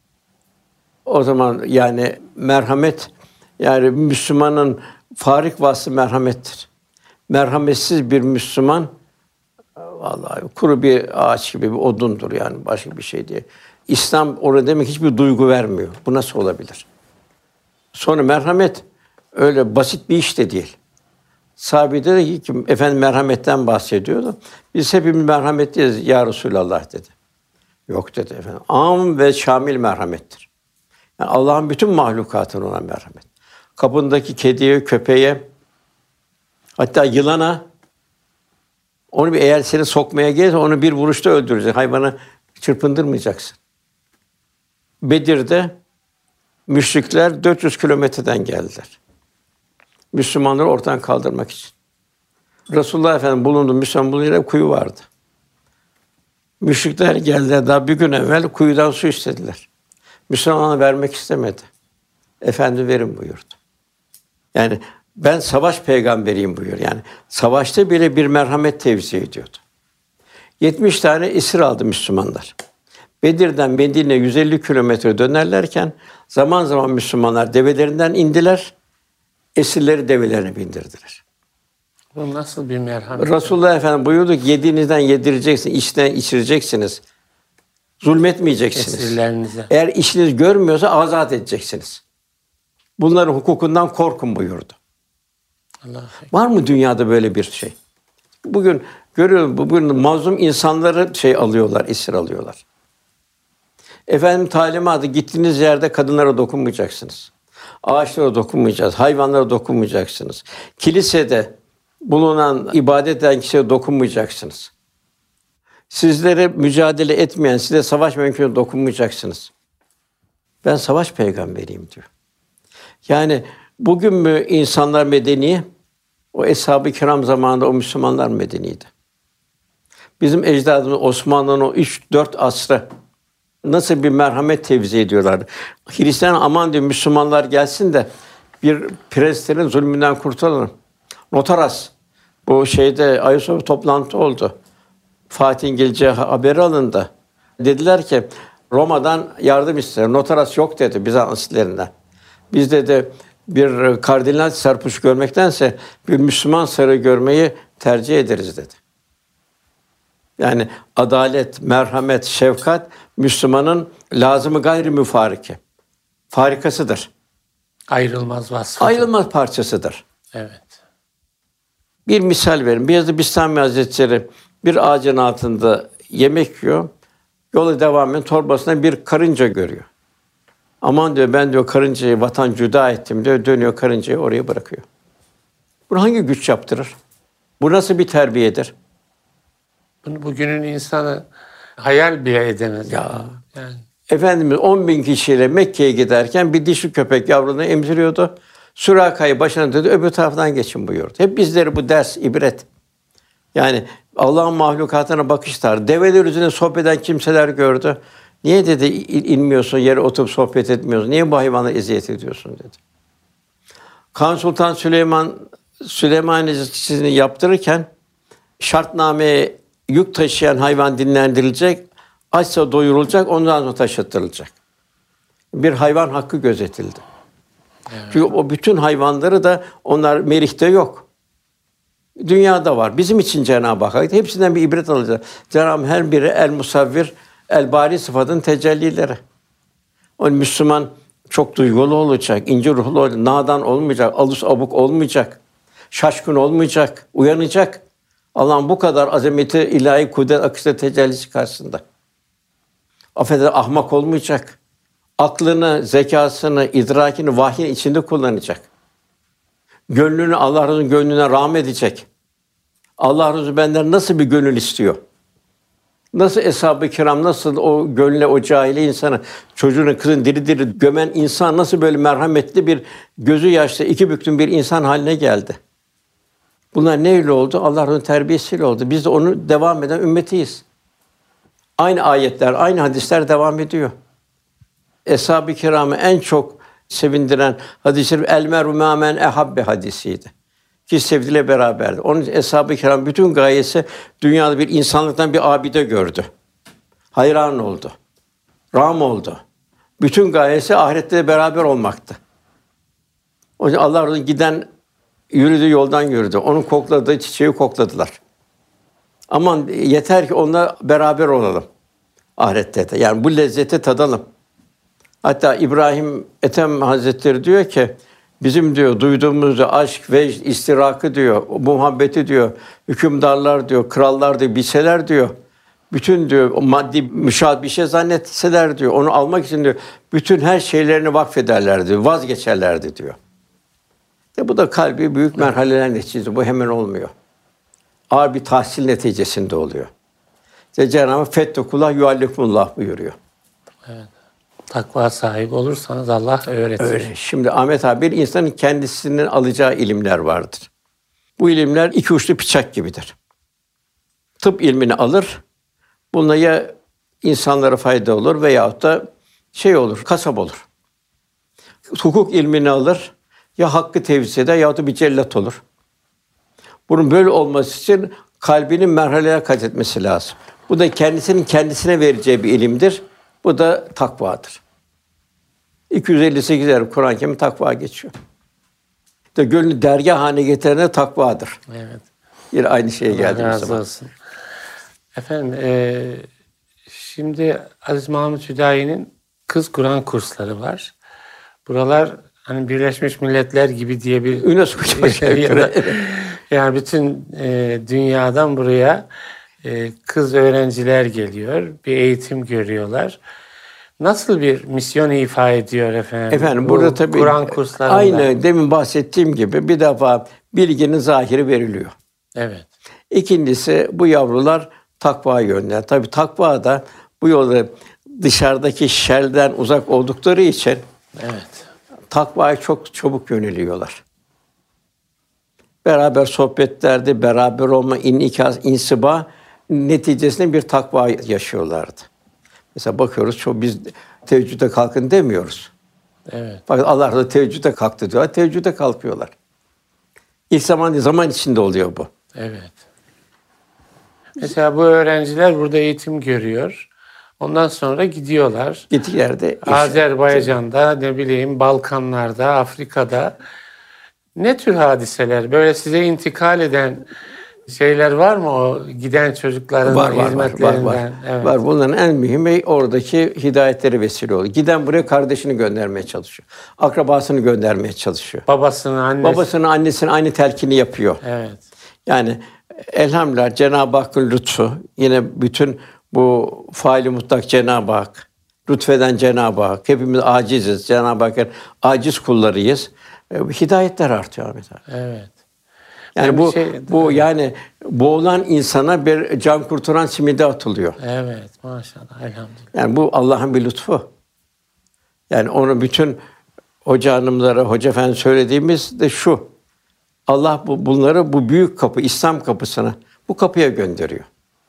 O zaman yani merhamet, yani Müslümanın farik vasfı merhamettir. Merhametsiz bir Müslüman vallahi kuru bir ağaç gibi bir odundur, yani başka bir şey diye. İslam orada demek hiçbir duygu vermiyor. Bu nasıl olabilir? Sonra merhamet öyle basit bir iş de değil. Sahabe dedi ki efendim merhametten bahsediyordu. Biz hepimiz merhametliyiz ya Resulallah dedi. Yok dedi efendim. Am ve şamil merhamettir. Yani Allah'ın bütün mahlukatına olan merhamet. Kapındaki kediye, köpeğe, hatta yılana, onu bir eğer seni sokmaya gelirse onu bir vuruşta öldüreceksin. Hayvanı çırpındırmayacaksın. Bedir'de müşrikler 400 kilometreden geldiler. Müslümanları ortadan kaldırmak için. Resulullah Efendimiz bulundu, Müslüman bulunduğu yere kuyu vardı. Müşrikler geldiler, daha bir gün evvel kuyudan su istediler. Müslümanlara vermek istemedi. Efendi verin buyurdu. Yani ben savaş peygamberiyim buyuruyor. Yani savaşta bile bir merhamet tevzi ediyordu. 70 tane esir aldı Müslümanlar. Bedir'den Medine'ye 150 kilometre dönerlerken zaman zaman Müslümanlar develerinden indiler, esirleri develerine bindirdiler. Bu nasıl bir merhamet? Resulullah Efendimiz buyurdu ki yediğinizden yedireceksiniz, içten içireceksiniz. Zulmetmeyeceksiniz. Esirlerinize. Eğer işiniz görmüyorsa azat edeceksiniz. Bunların hukukundan korkun buyurdu. Var mı dünyada böyle bir şey? Bugün görüyorum, bugün mazlum insanları alıyorlar, esir alıyorlar. Efendim talimatı, gittiğiniz yerde kadınlara dokunmayacaksınız. Ağaçlara dokunmayacağız, hayvanlara dokunmayacaksınız. Kilisede bulunan ibadet eden kişiye dokunmayacaksınız. Sizlere mücadele etmeyen, size savaş mümkün dokunmayacaksınız. Ben savaş peygamberiyim diyor. Yani bugün mü insanlar medeni? O Eshab-ı Kiram zamanında o Müslümanlar medeniydi. Bizim ecdadımız Osmanlı'nın o 3-4 asrı nasıl bir merhamet tevzi ediyorlardı. Hristiyan aman diyor Müslümanlar gelsin de bir prenslerin zulmünden kurtulalım. Notaras, bu Ayasofya toplantı oldu. Fatih'in geleceği haberi alındı. Dediler ki Roma'dan yardım ister. Notaras yok dedi Bizanslilerinden. Biz dedi bir kardinal sarpuş görmektense bir Müslüman sarı görmeyi tercih ederiz dedi. Yani adalet, merhamet, şefkat Müslümanın lazımı gayri müfariki. Farikasıdır. Ayrılmaz vasfı. Ayrılmaz parçasıdır. Evet. Bir misal verin. Beyazıt Bistami Hazretleri bir ağacın altında yemek yiyor. Yola devam eden torbasına bir karınca görüyor. Aman diyor ben diyor karıncayı vatan cüda ettim diyor. Dönüyor karıncayı oraya bırakıyor. Bunu hangi güç yaptırır? Bu nasıl bir terbiyedir? Bunu bugünün insanı hayal bile edemez. Ya. Yani. Efendimiz 10.000 kişiyle Mekke'ye giderken bir dişi köpek yavrunu emziriyordu. Sürakayı başına dedi, öbür taraftan geçin buyurdu. Hep bizleri bu ders, ibret. Yani Allah'ın mahlukatına bakışlar. Develer üzerine sohbet eden kimseler gördü. Niye dedi inmiyorsun, yere oturup sohbet etmiyorsun? Niye bu hayvana eziyet ediyorsun dedi. Kanuni Sultan Süleyman Hazretleri'ni yaptırırken şartnameye yük taşıyan hayvan dinlendirilecek, açsa doyurulacak, ondan sonra taşıtılacak. Bir hayvan hakkı gözetildi. Evet. Çünkü o bütün hayvanları da onlar merihte yok. Dünyada var. Bizim için Cenab-ı Hak hepsinden bir ibret alacağız. Cenab-ı Hak her biri el musavvir, el bari sıfatın tecellileri. O Müslüman çok duygulu olacak, ince ruhlu olacak, nadan olmayacak, alus abuk olmayacak, şaşkın olmayacak, uyanacak. Allah'ın bu kadar azameti, ilahi kudret akışta tecellisi karşısında. Affedersin, ahmak olmayacak. Aklını, zekasını, idrakini vahyin içinde kullanacak. Gönlünü Allah Resulü'nün gönlüne rahmet edecek. Allah Resulü benden nasıl bir gönül istiyor? Nasıl Eshab-ı Kiram, nasıl o gönle, o cahile insanı, çocuğunu, kızını diri diri gömen insan nasıl böyle merhametli bir, gözü yaşlı, iki büklüm bir insan haline geldi? Bunlar neyle oldu? Allah Resulü'nün terbiyesiyle oldu. Biz de onu devam eden ümmetiyiz. Aynı ayetler, aynı hadisler devam ediyor. Eshab-ı Kiram'ı en çok sevindiren hadis-i şerif el meru mâ men ehabbe hadisiydi. Ki sevdiğiyle beraberdi. Onun için Eshab-ı Kiram bütün gayesi dünyada bir insanlıktan bir abide gördü. Hayran oldu. Ram oldu. Bütün gayesi ahirette de beraber olmaktı. Onun için Allah Resulü giden yürüdüğü yoldan yürüdü. Onun kokladığı çiçeği kokladılar. Aman yeter ki onunla beraber olalım ahirette de. Yani bu lezzeti tadalım. Hatta İbrahim Ethem Hazretleri diyor ki, bizim diyor duyduğumuz aşk, vecd, istirakı diyor, muhabbeti diyor, hükümdarlar diyor, krallar diyor, bilseler diyor, bütün diyor o maddi müşahit bir şey zannetseler diyor, onu almak için diyor, bütün her şeylerini vakfederlerdi, vazgeçerlerdi diyor. Bu da kalbi büyük merhaleler neticesi. Bu hemen olmuyor. Ağır bir tahsil neticesinde oluyor. Cenab-ı Hak fettekullah yuallikumullah buyuruyor. Evet. Takva sahibi olursanız Allah öğretir. Öyle. Şimdi Ahmet abi, bir insanın kendisinin alacağı ilimler vardır. Bu ilimler iki uçlu bıçak gibidir. Tıp ilmini alır, bununla ya insanlara fayda olur veyahut da olur, kasap olur. Hukuk ilmini alır, ya hakkı tevzih eder yahut da bir cellat olur. Bunun böyle olması için kalbinin merhalelere kat etmesi lazım. Bu da kendisinin kendisine vereceği bir ilimdir. Bu da takvadır. 258 yer Kur'an-ı Kerim takva geçiyor. İşte gönlü dergâh haline getirene takvadır. Evet. Yine aynı şeye geldiğimiz razı zaman. Olsun. Efendim, şimdi Aziz Mahmud Hüdayi'nin kız Kur'an kursları var. Buralar hani Birleşmiş Milletler gibi diye bir UNESCO yani bütün dünyadan buraya kız öğrenciler geliyor, bir eğitim görüyorlar. Nasıl bir misyon ifa ediyor efendim? Efendim burada tabii Kur'an kurslarında. aynı demin bahsettiğim gibi bir defa bilginin zahiri veriliyor. Evet. İkincisi bu yavrular takva yönler. Tabii takva da bu yolda dışarıdaki şerden uzak oldukları için takvaya çok çabuk yöneliyorlar. Beraber sohbetlerde, beraber olma, inikas, insiba neticesinde bir takva yaşıyorlardı. Mesela bakıyoruz, biz teheccüde kalkın demiyoruz. Evet. Fakat Allah da teheccüde kalktı diyorlar, teheccüde kalkıyorlar. İlk zaman içinde oluyor bu. Evet. Mesela bu öğrenciler burada eğitim görüyor. Ondan sonra gidiyorlar. Gittiği yerde Azerbaycan'da, ne bileyim Balkanlar'da, Afrika'da ne tür hadiseler? Böyle size intikal eden şeyler var mı o giden çocukların hizmetlerinden? Var. Evet. Var. Bunların en mühimi oradaki hidayetleri vesile oluyor. Giden buraya kardeşini göndermeye çalışıyor. Akrabasını göndermeye çalışıyor. Babasını, annesini aynı telkini yapıyor. Evet. Yani elhamdülillah Cenab-ı Hakk'ın lütfu, yine bütün bu faili mutlak Cenab-ı Hak, lütfeden Cenab-ı Hak, hepimiz aciziz. Cenab-ı Hakk'ın aciz kullarıyız. Hidayetler artıyor Ahmet abi. Evet. Yani bu yani boğulan insana bir can kurtaran simide atılıyor. Evet, maşallah, elhamdülillah. Yani bu Allah'ın bir lütfu. Yani onu bütün hoca hanımlara, hoca efendi söylediğimiz de şu: Allah bunları bu büyük kapı, İslam kapısına, bu kapıya gönderiyor.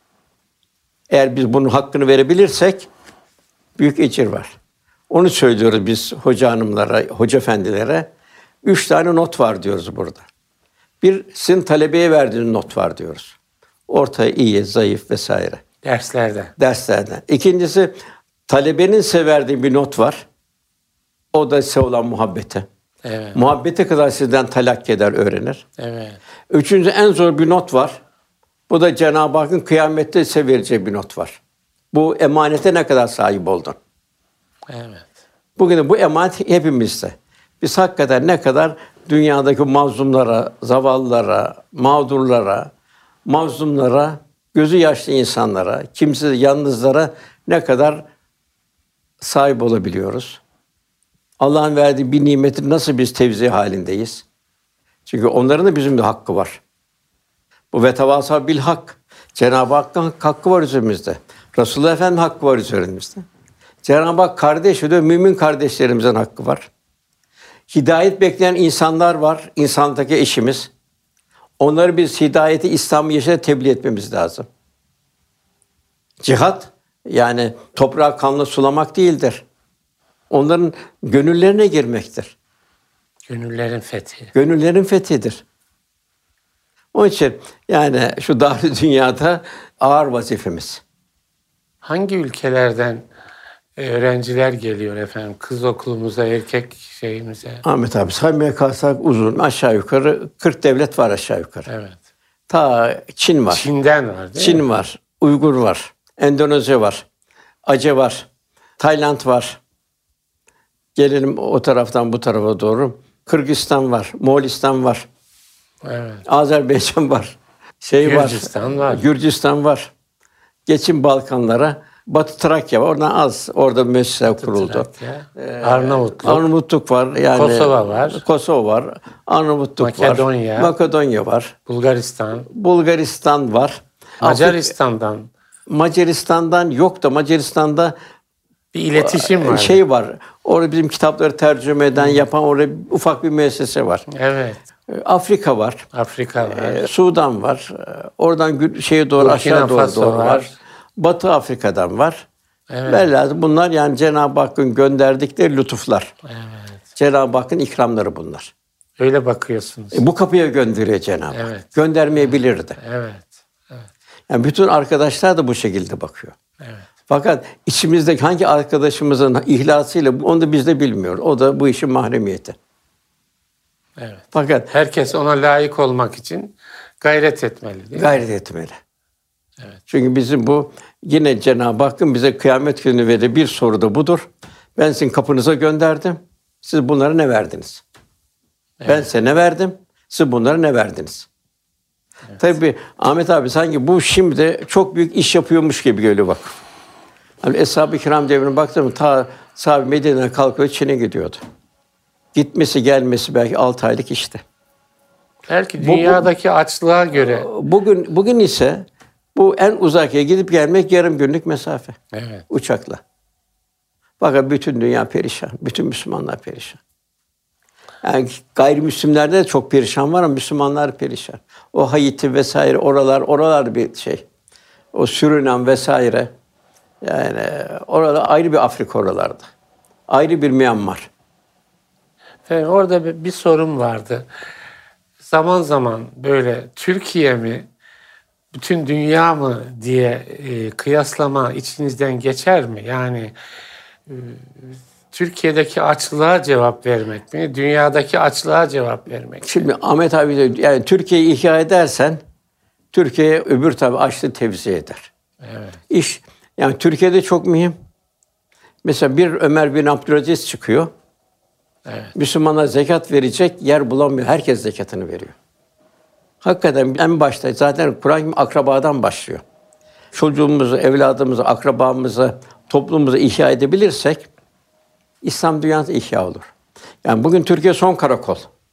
Eğer biz bunun hakkını verebilirsek büyük ecir var. Onu söylüyoruz biz hoca hanımlara, hoca efendilere. 3 tane not var diyoruz burada. Bir, sizin talebeye verdiğiniz not var diyoruz. Orta, iyi, zayıf vesaire. Derslerden. İkincisi, talebenin size verdiği bir not var. O da size olan muhabbete. Evet. Muhabbete kadar sizden talakki eder, öğrenir. Evet. Üçüncü, en zor bir not var. Bu da Cenab-ı Hakk'ın kıyamette size vereceği bir not var. Bu emanete ne kadar sahip oldun? Evet. Bugün de bu emanet hepimizde. Biz hakikaten ne kadar dünyadaki mazlumlara, zavallılara, mağdurlara, mazlumlara, gözü yaşlı insanlara, kimsiz yalnızlara ne kadar sahip olabiliyoruz? Allah'ın verdiği bir nimeti nasıl biz tevzi halindeyiz? Çünkü onların da bizim de hakkı var. Bu vetevasa bil hak. Cenab-ı Hakk'ın hakkı var üzerimizde. Resulullah Efendimiz'in hakkı var üzerimizde. Cenab-ı Hak kardeş diyor, mümin kardeşlerimizin hakkı var. Hidayet bekleyen insanlar var, insandaki eşimiz. Onları biz hidayeti, İslam'ı yaşata tebliğ etmemiz lazım. Cihat, yani toprağı kanla sulamak değildir. Onların gönüllerine girmektir. Gönüllerin fethidir. Onun için yani şu dar dünyada ağır vazifemiz. Hangi ülkelerden öğrenciler geliyor efendim? Kız okulumuza, erkek şeyimize. Ahmet abi saymaya kalksak uzun. Aşağı yukarı 40 devlet var aşağı yukarı. Evet. Ta Çin var. Çin'den var değil mi? Çin var. Uygur var. Endonezya var. Ace var. Tayland var. Gelelim o taraftan bu tarafa doğru. Kırgızistan var. Moğolistan var. Evet. Azerbaycan var. Gürcistan var. Geçin Balkanlara. Batı Trakya var. Oradan az. Orada müesseseler kuruldu. Arnavutluk var. Yani Kosova var. Arnavutluk var. Makedonya var. Bulgaristan var. Macaristan'dan yok da Macaristan'da bir iletişim var. Var. Orada bizim kitapları tercüme eden, yapan orada ufak bir müessese var. Evet. Afrika var. Sudan var. Oradan doğru aşağı doğru var. Batı Afrika'dan var. Evet. Velhâsıl bunlar yani Cenab-ı Hakk'ın gönderdikleri lütuflar. Evet. Cenab-ı Hakk'ın ikramları bunlar. Öyle bakıyorsunuz. Bu kapıya gönderiyor Cenab-ı Hak. Göndermeyebilirdi. Evet. Yani bütün arkadaşlar da bu şekilde bakıyor. Evet. Fakat içimizdeki hangi arkadaşımızın ihlasıyla onu da biz de bilmiyoruz. O da bu işin mahremiyeti. Evet. Fakat herkes ona layık olmak için gayret etmeli değil mi? Gayret etmeli. Evet. Çünkü bizim bu yine Cenab-ı Hakk'ın bize kıyamet günü verdiği bir soru da budur. Ben sizin kapınıza gönderdim. Siz bunlara ne verdiniz? Evet. Ben size ne verdim? Siz bunlara ne verdiniz? Evet. Tabii Ahmet abi sanki bu şimdi çok büyük iş yapıyormuş gibi geliyor bak. Hani Eshab-ı Kiram devrine baktım ta sahabe Medine'den kalkıyor Çin'e gidiyordu. Gitmesi gelmesi belki 6 aylık işte. Belki dünyadaki açlığa göre. Bugün ise Bu en uzak yere gidip gelmek yarım günlük mesafe. Evet. Uçakla. Fakat bütün dünya perişan. Bütün Müslümanlar perişan. Yani gayrimüslimlerde de çok perişan var ama Müslümanlar perişan. O Haiti vesaire oralar bir şey. O Surinam vesaire. Yani orada ayrı bir Afrika oralarda. Ayrı bir Myanmar. Orada bir sorun vardı. Zaman zaman böyle Türkiye mi, bütün dünya mı diye kıyaslama içinizden geçer mi? Yani Türkiye'deki açlığa cevap vermek mi, dünyadaki açlığa cevap vermek mi? Şimdi Ahmet abi de, yani Türkiye'yi ihya edersen Türkiye öbür tabi açlığı tevzi eder. Evet. Yani Türkiye'de çok mühim. Mesela bir Ömer bin Abdülaziz çıkıyor. Evet. Müslümanlar zekat verecek yer bulamıyor. Herkes zekatını veriyor. Hakikaten en başta zaten Kur'an akrabadan başlıyor. Çocuğumuzu, evladımızı, akrabamızı, toplumumuzu ihya edebilirsek İslam dünyası ihya olur. Yani bugün Türkiye son karakol.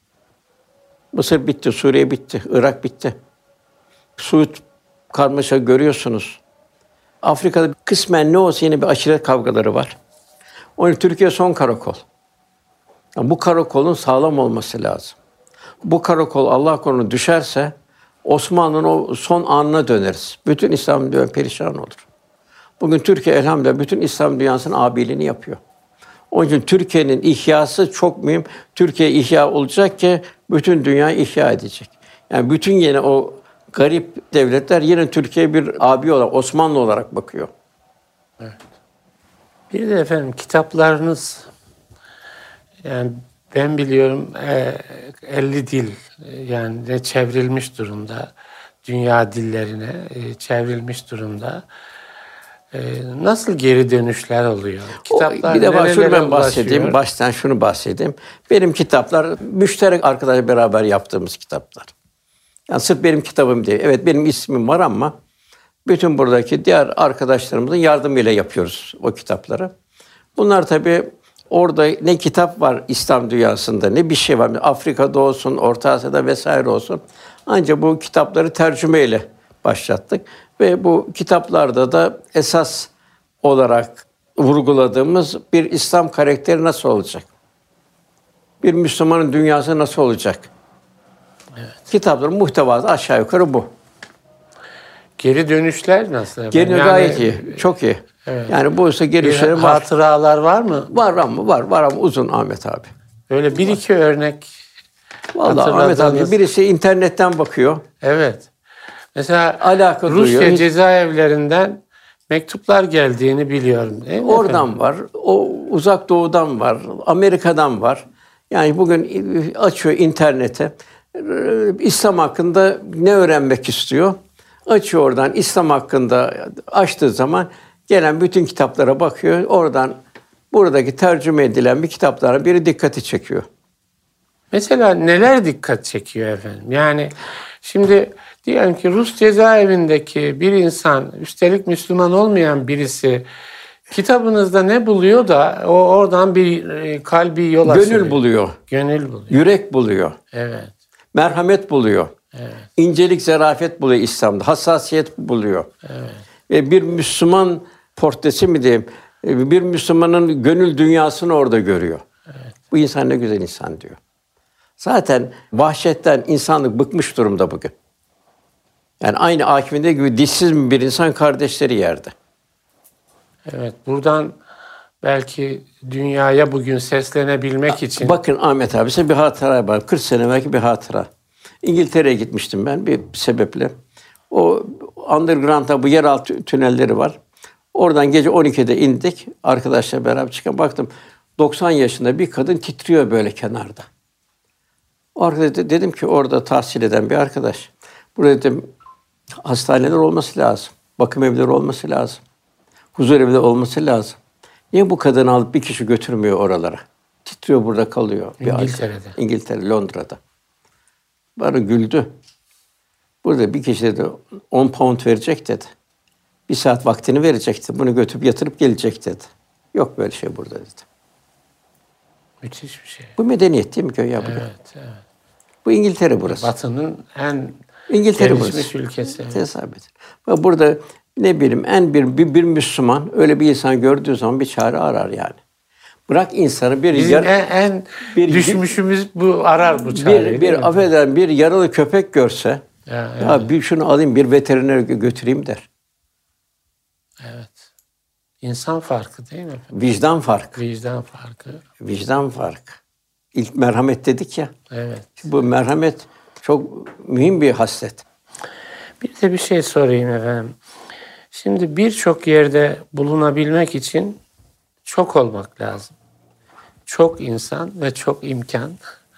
Mısır bitti, Suriye bitti, Irak bitti. Suud karmaşa görüyorsunuz. Afrika'da kısmen ne olsa yine bir aşiret kavgaları var. Onun için Türkiye son karakol. Yani bu karakolun sağlam olması lazım. Bu karakol Allah korusun düşerse Osmanlı'nın o son anına döneriz. Bütün İslam dünyası perişan olur. Bugün Türkiye elhamdülillah bütün İslam dünyasının abiliğini yapıyor. Onun için Türkiye'nin ihyası çok mühim. Türkiye ihya olacak ki bütün dünya ihya edecek. Yani bütün yine o garip devletler yine Türkiye bir abi olarak, Osmanlı olarak bakıyor. Evet. Bir de efendim kitaplarınız, yani ben biliyorum 50 dil yani de çevrilmiş durumda. Dünya dillerine çevrilmiş durumda. Nasıl geri dönüşler oluyor? Kitaplar bir defa şunu ben bahsedeyim, baştan şunu bahsedeyim. Benim kitaplar müşterek arkadaşlar beraber yaptığımız kitaplar. Yani sırf benim kitabım değil. Evet benim ismim var ama bütün buradaki diğer arkadaşlarımızın yardımıyla yapıyoruz o kitapları. Bunlar tabii orada ne kitap var İslam dünyasında ne bir şey var. Afrika'da olsun, Orta Asya'da vesaire olsun. Ancak bu kitapları tercümeyle başlattık. Ve bu kitaplarda da esas olarak vurguladığımız bir İslam karakteri nasıl olacak? Bir Müslümanın dünyası nasıl olacak? Evet. Kitapların muhtevası aşağı yukarı bu. Geri dönüşler nasıl? Geri gayet iyi, çok iyi. Evet. Yani bu ise geri dönüşlerin var. Hatıralar var mı? Var ama uzun Ahmet abi. Böyle bir iki örnek. Vallahi Ahmet abi birisi internetten bakıyor. Evet. Mesela alaka Rusya duyuyor. cezaevlerinden mektuplar geldiğini biliyorum. Değil mi oradan efendim? var, o uzak doğudan var, Amerika'dan var. Yani bugün açıyor internete, İslam hakkında ne öğrenmek istiyor? Açıyor oradan İslam hakkında açtığı zaman gelen bütün kitaplara bakıyor. Oradan buradaki tercüme edilen bir kitaplara biri dikkati çekiyor. Mesela neler dikkat çekiyor efendim? Yani şimdi diyelim ki Rus cezaevindeki bir insan, üstelik Müslüman olmayan birisi kitabınızda ne buluyor da o oradan bir kalbi yol açıyor. Gönül buluyor. Gönül buluyor. Yürek buluyor. Evet. Merhamet buluyor. Evet. İncelik, zarafet buluyor İslam'da. Hassasiyet buluyor. Evet. Ve bir Müslüman portresi mi diyeyim, bir Müslümanın gönül dünyasını orada görüyor. Evet. Bu insan ne güzel insan diyor. Zaten vahşetten insanlık bıkmış durumda bugün. Yani aynı Akif'inde gibi dişsiz bir insan kardeşleri yerde. Evet. Buradan belki dünyaya bugün seslenebilmek için. Bakın Ahmet abi size bir hatıra var. 40 sene belki bir hatıra. İngiltere'ye gitmiştim ben bir sebeple. O underground'da bu yeraltı tünelleri var. Oradan gece 12'de indik. Arkadaşlar beraber çıkan baktım. 90 yaşında bir kadın titriyor böyle kenarda. O arkadaş dedim ki orada tahsil eden bir arkadaş. Burada dedim hastaneler olması lazım. Bakım evleri olması lazım. Huzur evleri olması lazım. Niye bu kadını alıp bir kişi götürmüyor oralara? Titriyor burada kalıyor. İngiltere'de. İngiltere, Londra'da. Bana güldü. Burada bir kişi dedi 10 pound verecek dedi. Bir saat vaktini verecekti. Bunu götürüp yatırıp gelecek dedi. Yok böyle şey burada dedi. Müthiş bir şey. Bu medeniyet değil mi köy ya? Evet, evet. Bu İngiltere burası. Batı'nın en İngiltere gelişmiş burası. ülkesi. Evet. Tesadüf. Bak burada ne bileyim bir Müslüman öyle bir insan gördüğü zaman bir çare arar yani. Bırak insanı Bizim en düşmüşümüz bu, arar bu çareyi. bir yaralı köpek görse ya bir şunu alayım bir veterinere götüreyim der. Evet. İnsan farkı değil mi efendim? Vicdan farkı. Vicdan farkı. Vicdan farkı. İlk merhamet dedik ya. Evet. Bu merhamet çok mühim bir haslet. Bir de bir şey sorayım efendim. Şimdi birçok yerde bulunabilmek için çok olmak lazım. Çok insan ve çok imkan.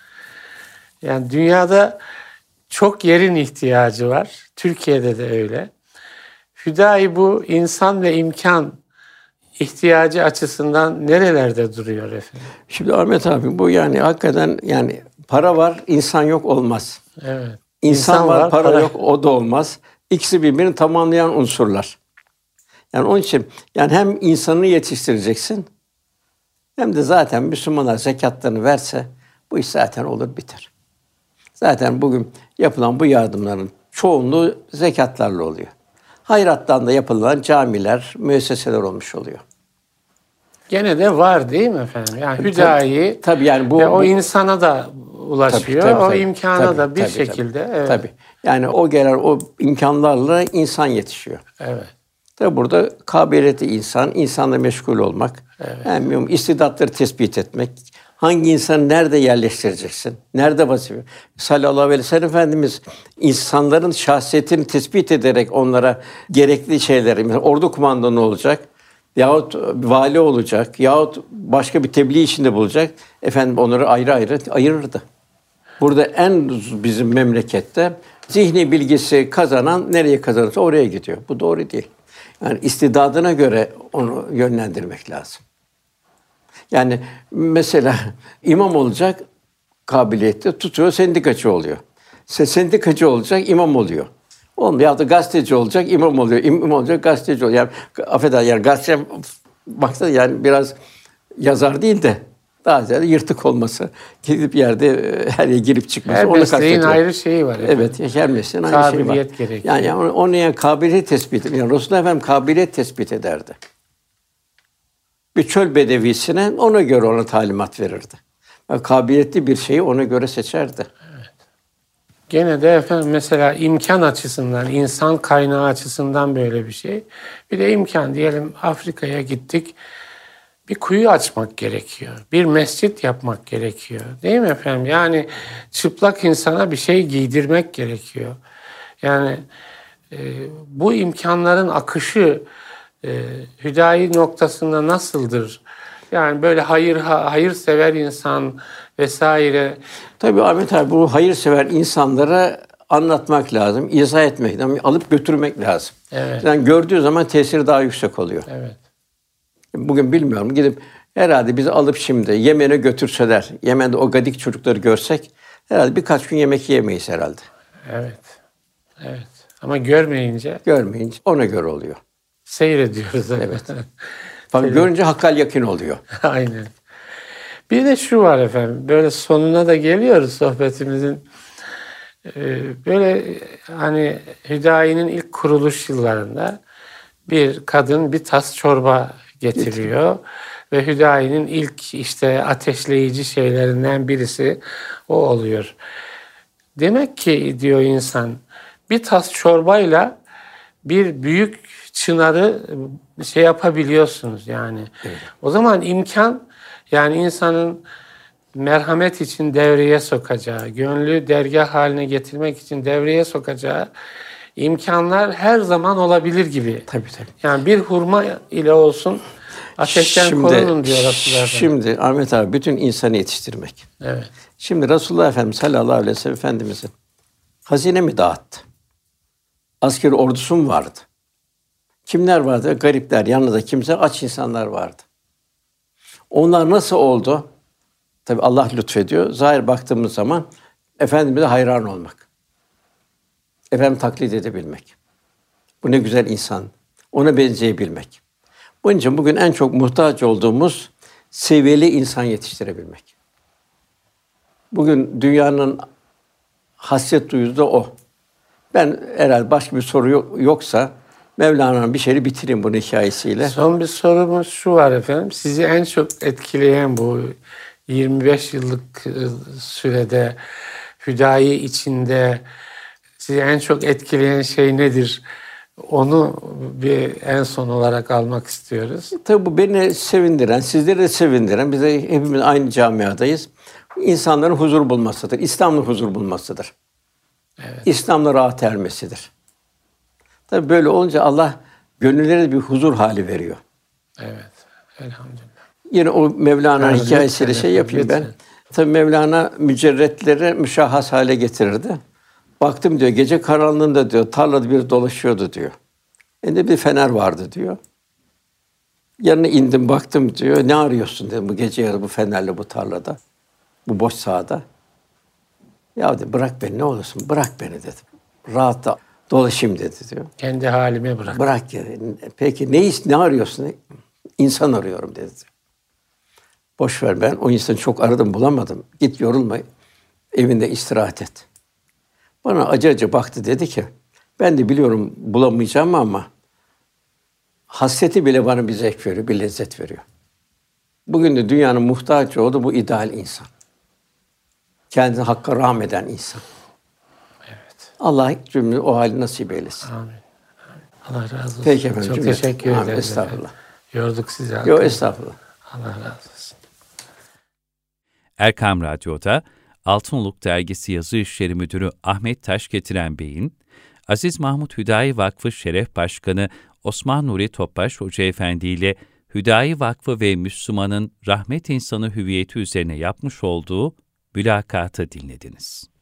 Yani dünyada çok yerin ihtiyacı var. Türkiye'de de öyle. Hüdayi bu insan ve imkan ihtiyacı açısından nerelerde duruyor efendim? Şimdi Ahmet abi bu yani hakikaten yani para var, insan yok olmaz. Evet. İnsan var, para yok o da olmaz. İkisi birbirini tamamlayan unsurlar. Yani onun için yani hem insanı yetiştireceksin hem de zaten Müslümanlar zekatlarını verse bu iş zaten olur biter. Zaten bugün yapılan bu yardımların çoğunluğu zekatlarla oluyor. Hayrattan da yapılan camiler, müesseseler olmuş oluyor. Gene de var değil mi efendim? Yani hüdayi tabii yani bu, ve o insana da ulaşıyor. Tabii. O imkana da bir şekilde. Tabii. Evet. Tabii. Yani o gelen o imkanlarla insan yetişiyor. Evet. Tabii burada kabiliyeti insanla meşgul olmak, yani istidatları tespit etmek, hangi insanı nerede yerleştireceksin, nerede vazife. Sallallahu aleyhi ve sellem Efendimiz insanların şahsiyetini tespit ederek onlara gerekli şeyleri, mesela ordu kumandanı olacak, yahut vali olacak, yahut başka bir tebliğ işinde bulacak, efendim onları ayrı ayrı ayırırdı. Burada en bizim memlekette zihni bilgisi kazanan nereye kazanırsa oraya gidiyor. Bu doğru değil. Yani istidadına göre onu yönlendirmek lazım. Yani mesela imam olacak kabiliyette tutuyor sendikacı oluyor. Sendikacı olacak imam oluyor. Olmuyor. Ya da gazeteci olacak imam oluyor. İmam olacak gazeteci oluyor. Yani affedersin yani gazeteci baksana yani biraz yazar değil de daha ziyade yırtık olması, gidip yerde her yere girip çıkması. Her mesleğin ayrı şeyi var. Evet, her mesleğin ayrı şeyi var. Kabiliyet gerekiyor. Yani onu yani kabiliyet tespit ediyor. Yani Resulullah Efendimiz kabiliyet tespit ederdi. Bir çöl bedevisine ona göre ona talimat verirdi. Yani kabiliyetli bir şeyi ona göre seçerdi. Evet. Gene de efendim mesela imkan açısından, insan kaynağı açısından böyle bir şey. Bir de imkan diyelim Afrika'ya gittik. Bir kuyu açmak gerekiyor. Bir mescit yapmak gerekiyor. Değil mi efendim? Yani çıplak insana bir şey giydirmek gerekiyor. Yani bu imkanların akışı hüdayi noktasında nasıldır? Yani böyle hayırsever insan vesaire. Tabii Ahmet abi bu hayırsever insanlara anlatmak lazım, izah etmek lazım, alıp götürmek lazım. Evet. Yani gördüğü zaman tesiri daha yüksek oluyor. Evet. Bugün bilmiyorum gidip herhalde bizi alıp şimdi Yemen'e götürseler, Yemen'de o gadik çocukları görsek herhalde birkaç gün yemek yemeyiz herhalde. Evet. Evet. Ama görmeyince ona göre oluyor. seyrediyoruz. Evet. Fakat görünce hakkal yakın oluyor. Aynen. Bir de şu var efendim. Böyle sonuna da geliyoruz sohbetimizin. Böyle hani Hüdayi'nin ilk kuruluş yıllarında bir kadın bir tas çorba getiriyor. Ve Hüdayi'nin ilk işte ateşleyici şeylerinden birisi o oluyor. Demek ki diyor insan bir tas çorbayla bir büyük çınarı şey yapabiliyorsunuz yani. Evet. O zaman imkan yani insanın merhamet için devreye sokacağı, gönlü dergah haline getirmek için devreye sokacağı imkanlar her zaman olabilir gibi. Tabii. Yani bir hurma ile olsun ateşten korunun diyor Resulullah Efendimiz. Şimdi Ahmet abi bütün insanı yetiştirmek. Evet. Şimdi Resulullah Efendimiz sallallahu aleyhi ve sellem Efendimizin hazine mi dağıttı? Askeri ordusu mu vardı? Kimler vardı? Garipler, yanında kimse aç insanlar vardı. Onlar nasıl oldu? Tabii Allah lütfediyor. Zahir baktığımız zaman Efendimiz'e hayran olmak. Efendim taklit edebilmek. Bu ne güzel insan. Ona benzeyebilmek. Bunun için bugün en çok muhtaç olduğumuz seviyeli insan yetiştirebilmek. Bugün dünyanın hasret duyduğu da o. Ben herhalde başka bir soru yoksa Mevlana'nın bir şeyi bitireyim bu hikayesiyle. Son bir sorumuz şu var efendim. Sizi en çok etkileyen bu 25 yıllık sürede Hüdayi içinde sizi en çok etkileyen şey nedir? Onu bir en son olarak almak istiyoruz. Tabii bu beni sevindiren, sizleri de sevindiren, biz de hepimiz aynı camiadayız. İnsanların huzur bulmasıdır. İslam'ın huzur bulmasıdır. Evet. İslam'la rahat ermesidir. Tabii böyle olunca Allah gönüllere bir huzur hali veriyor. Evet. Elhamdülillah. Yine o Mevlana'nın Evet, hikayesiyle lütfen, yapayım ben. lütfen. Tabii Mevlana mücerretleri müşahhas hale getirirdi. Baktım diyor, gece karanlığında diyor, tarlada bir dolaşıyordu diyor. Elinde bir fener vardı diyor. Yanına indim baktım diyor, ne arıyorsun dedim bu gece yarı bu fenerle bu tarlada, bu boş sahada. Ya dedi, bırak beni ne olursun, bırak beni dedim. Rahat da dolaşayım dedi diyor. Kendi halime bırak. Bırak ya. Peki ne arıyorsun? İnsan arıyorum dedi diyor. Boş ver, ben o insanı çok aradım bulamadım. Git yorulma, evinde istirahat et. Bana acı acı baktı, dedi ki, ben de biliyorum bulamayacağım ama hasreti bile bana bir zevk veriyor, bir lezzet veriyor. Bugün de dünyanın muhtaç olduğu bu ideal insan. Kendine hakka rahmeden insan. Evet. Allah cümle o hali nasip eylesin. Amin. Allah razı olsun. Peki efendim. Çok teşekkür Amin, ederiz. estağfurullah. Yorduk sizi. Yok estağfurullah. Allah razı olsun. Erkam Radyo'da Altınoluk Dergisi Yazı İşleri Müdürü Ahmet Taşgetiren Bey'in, Aziz Mahmut Hüdayi Vakfı Şeref Başkanı Osman Nuri Topbaş Hoca Efendi ile Hüdayi Vakfı ve Müslümanın rahmet insanı hüviyeti üzerine yapmış olduğu mülakatı dinlediniz.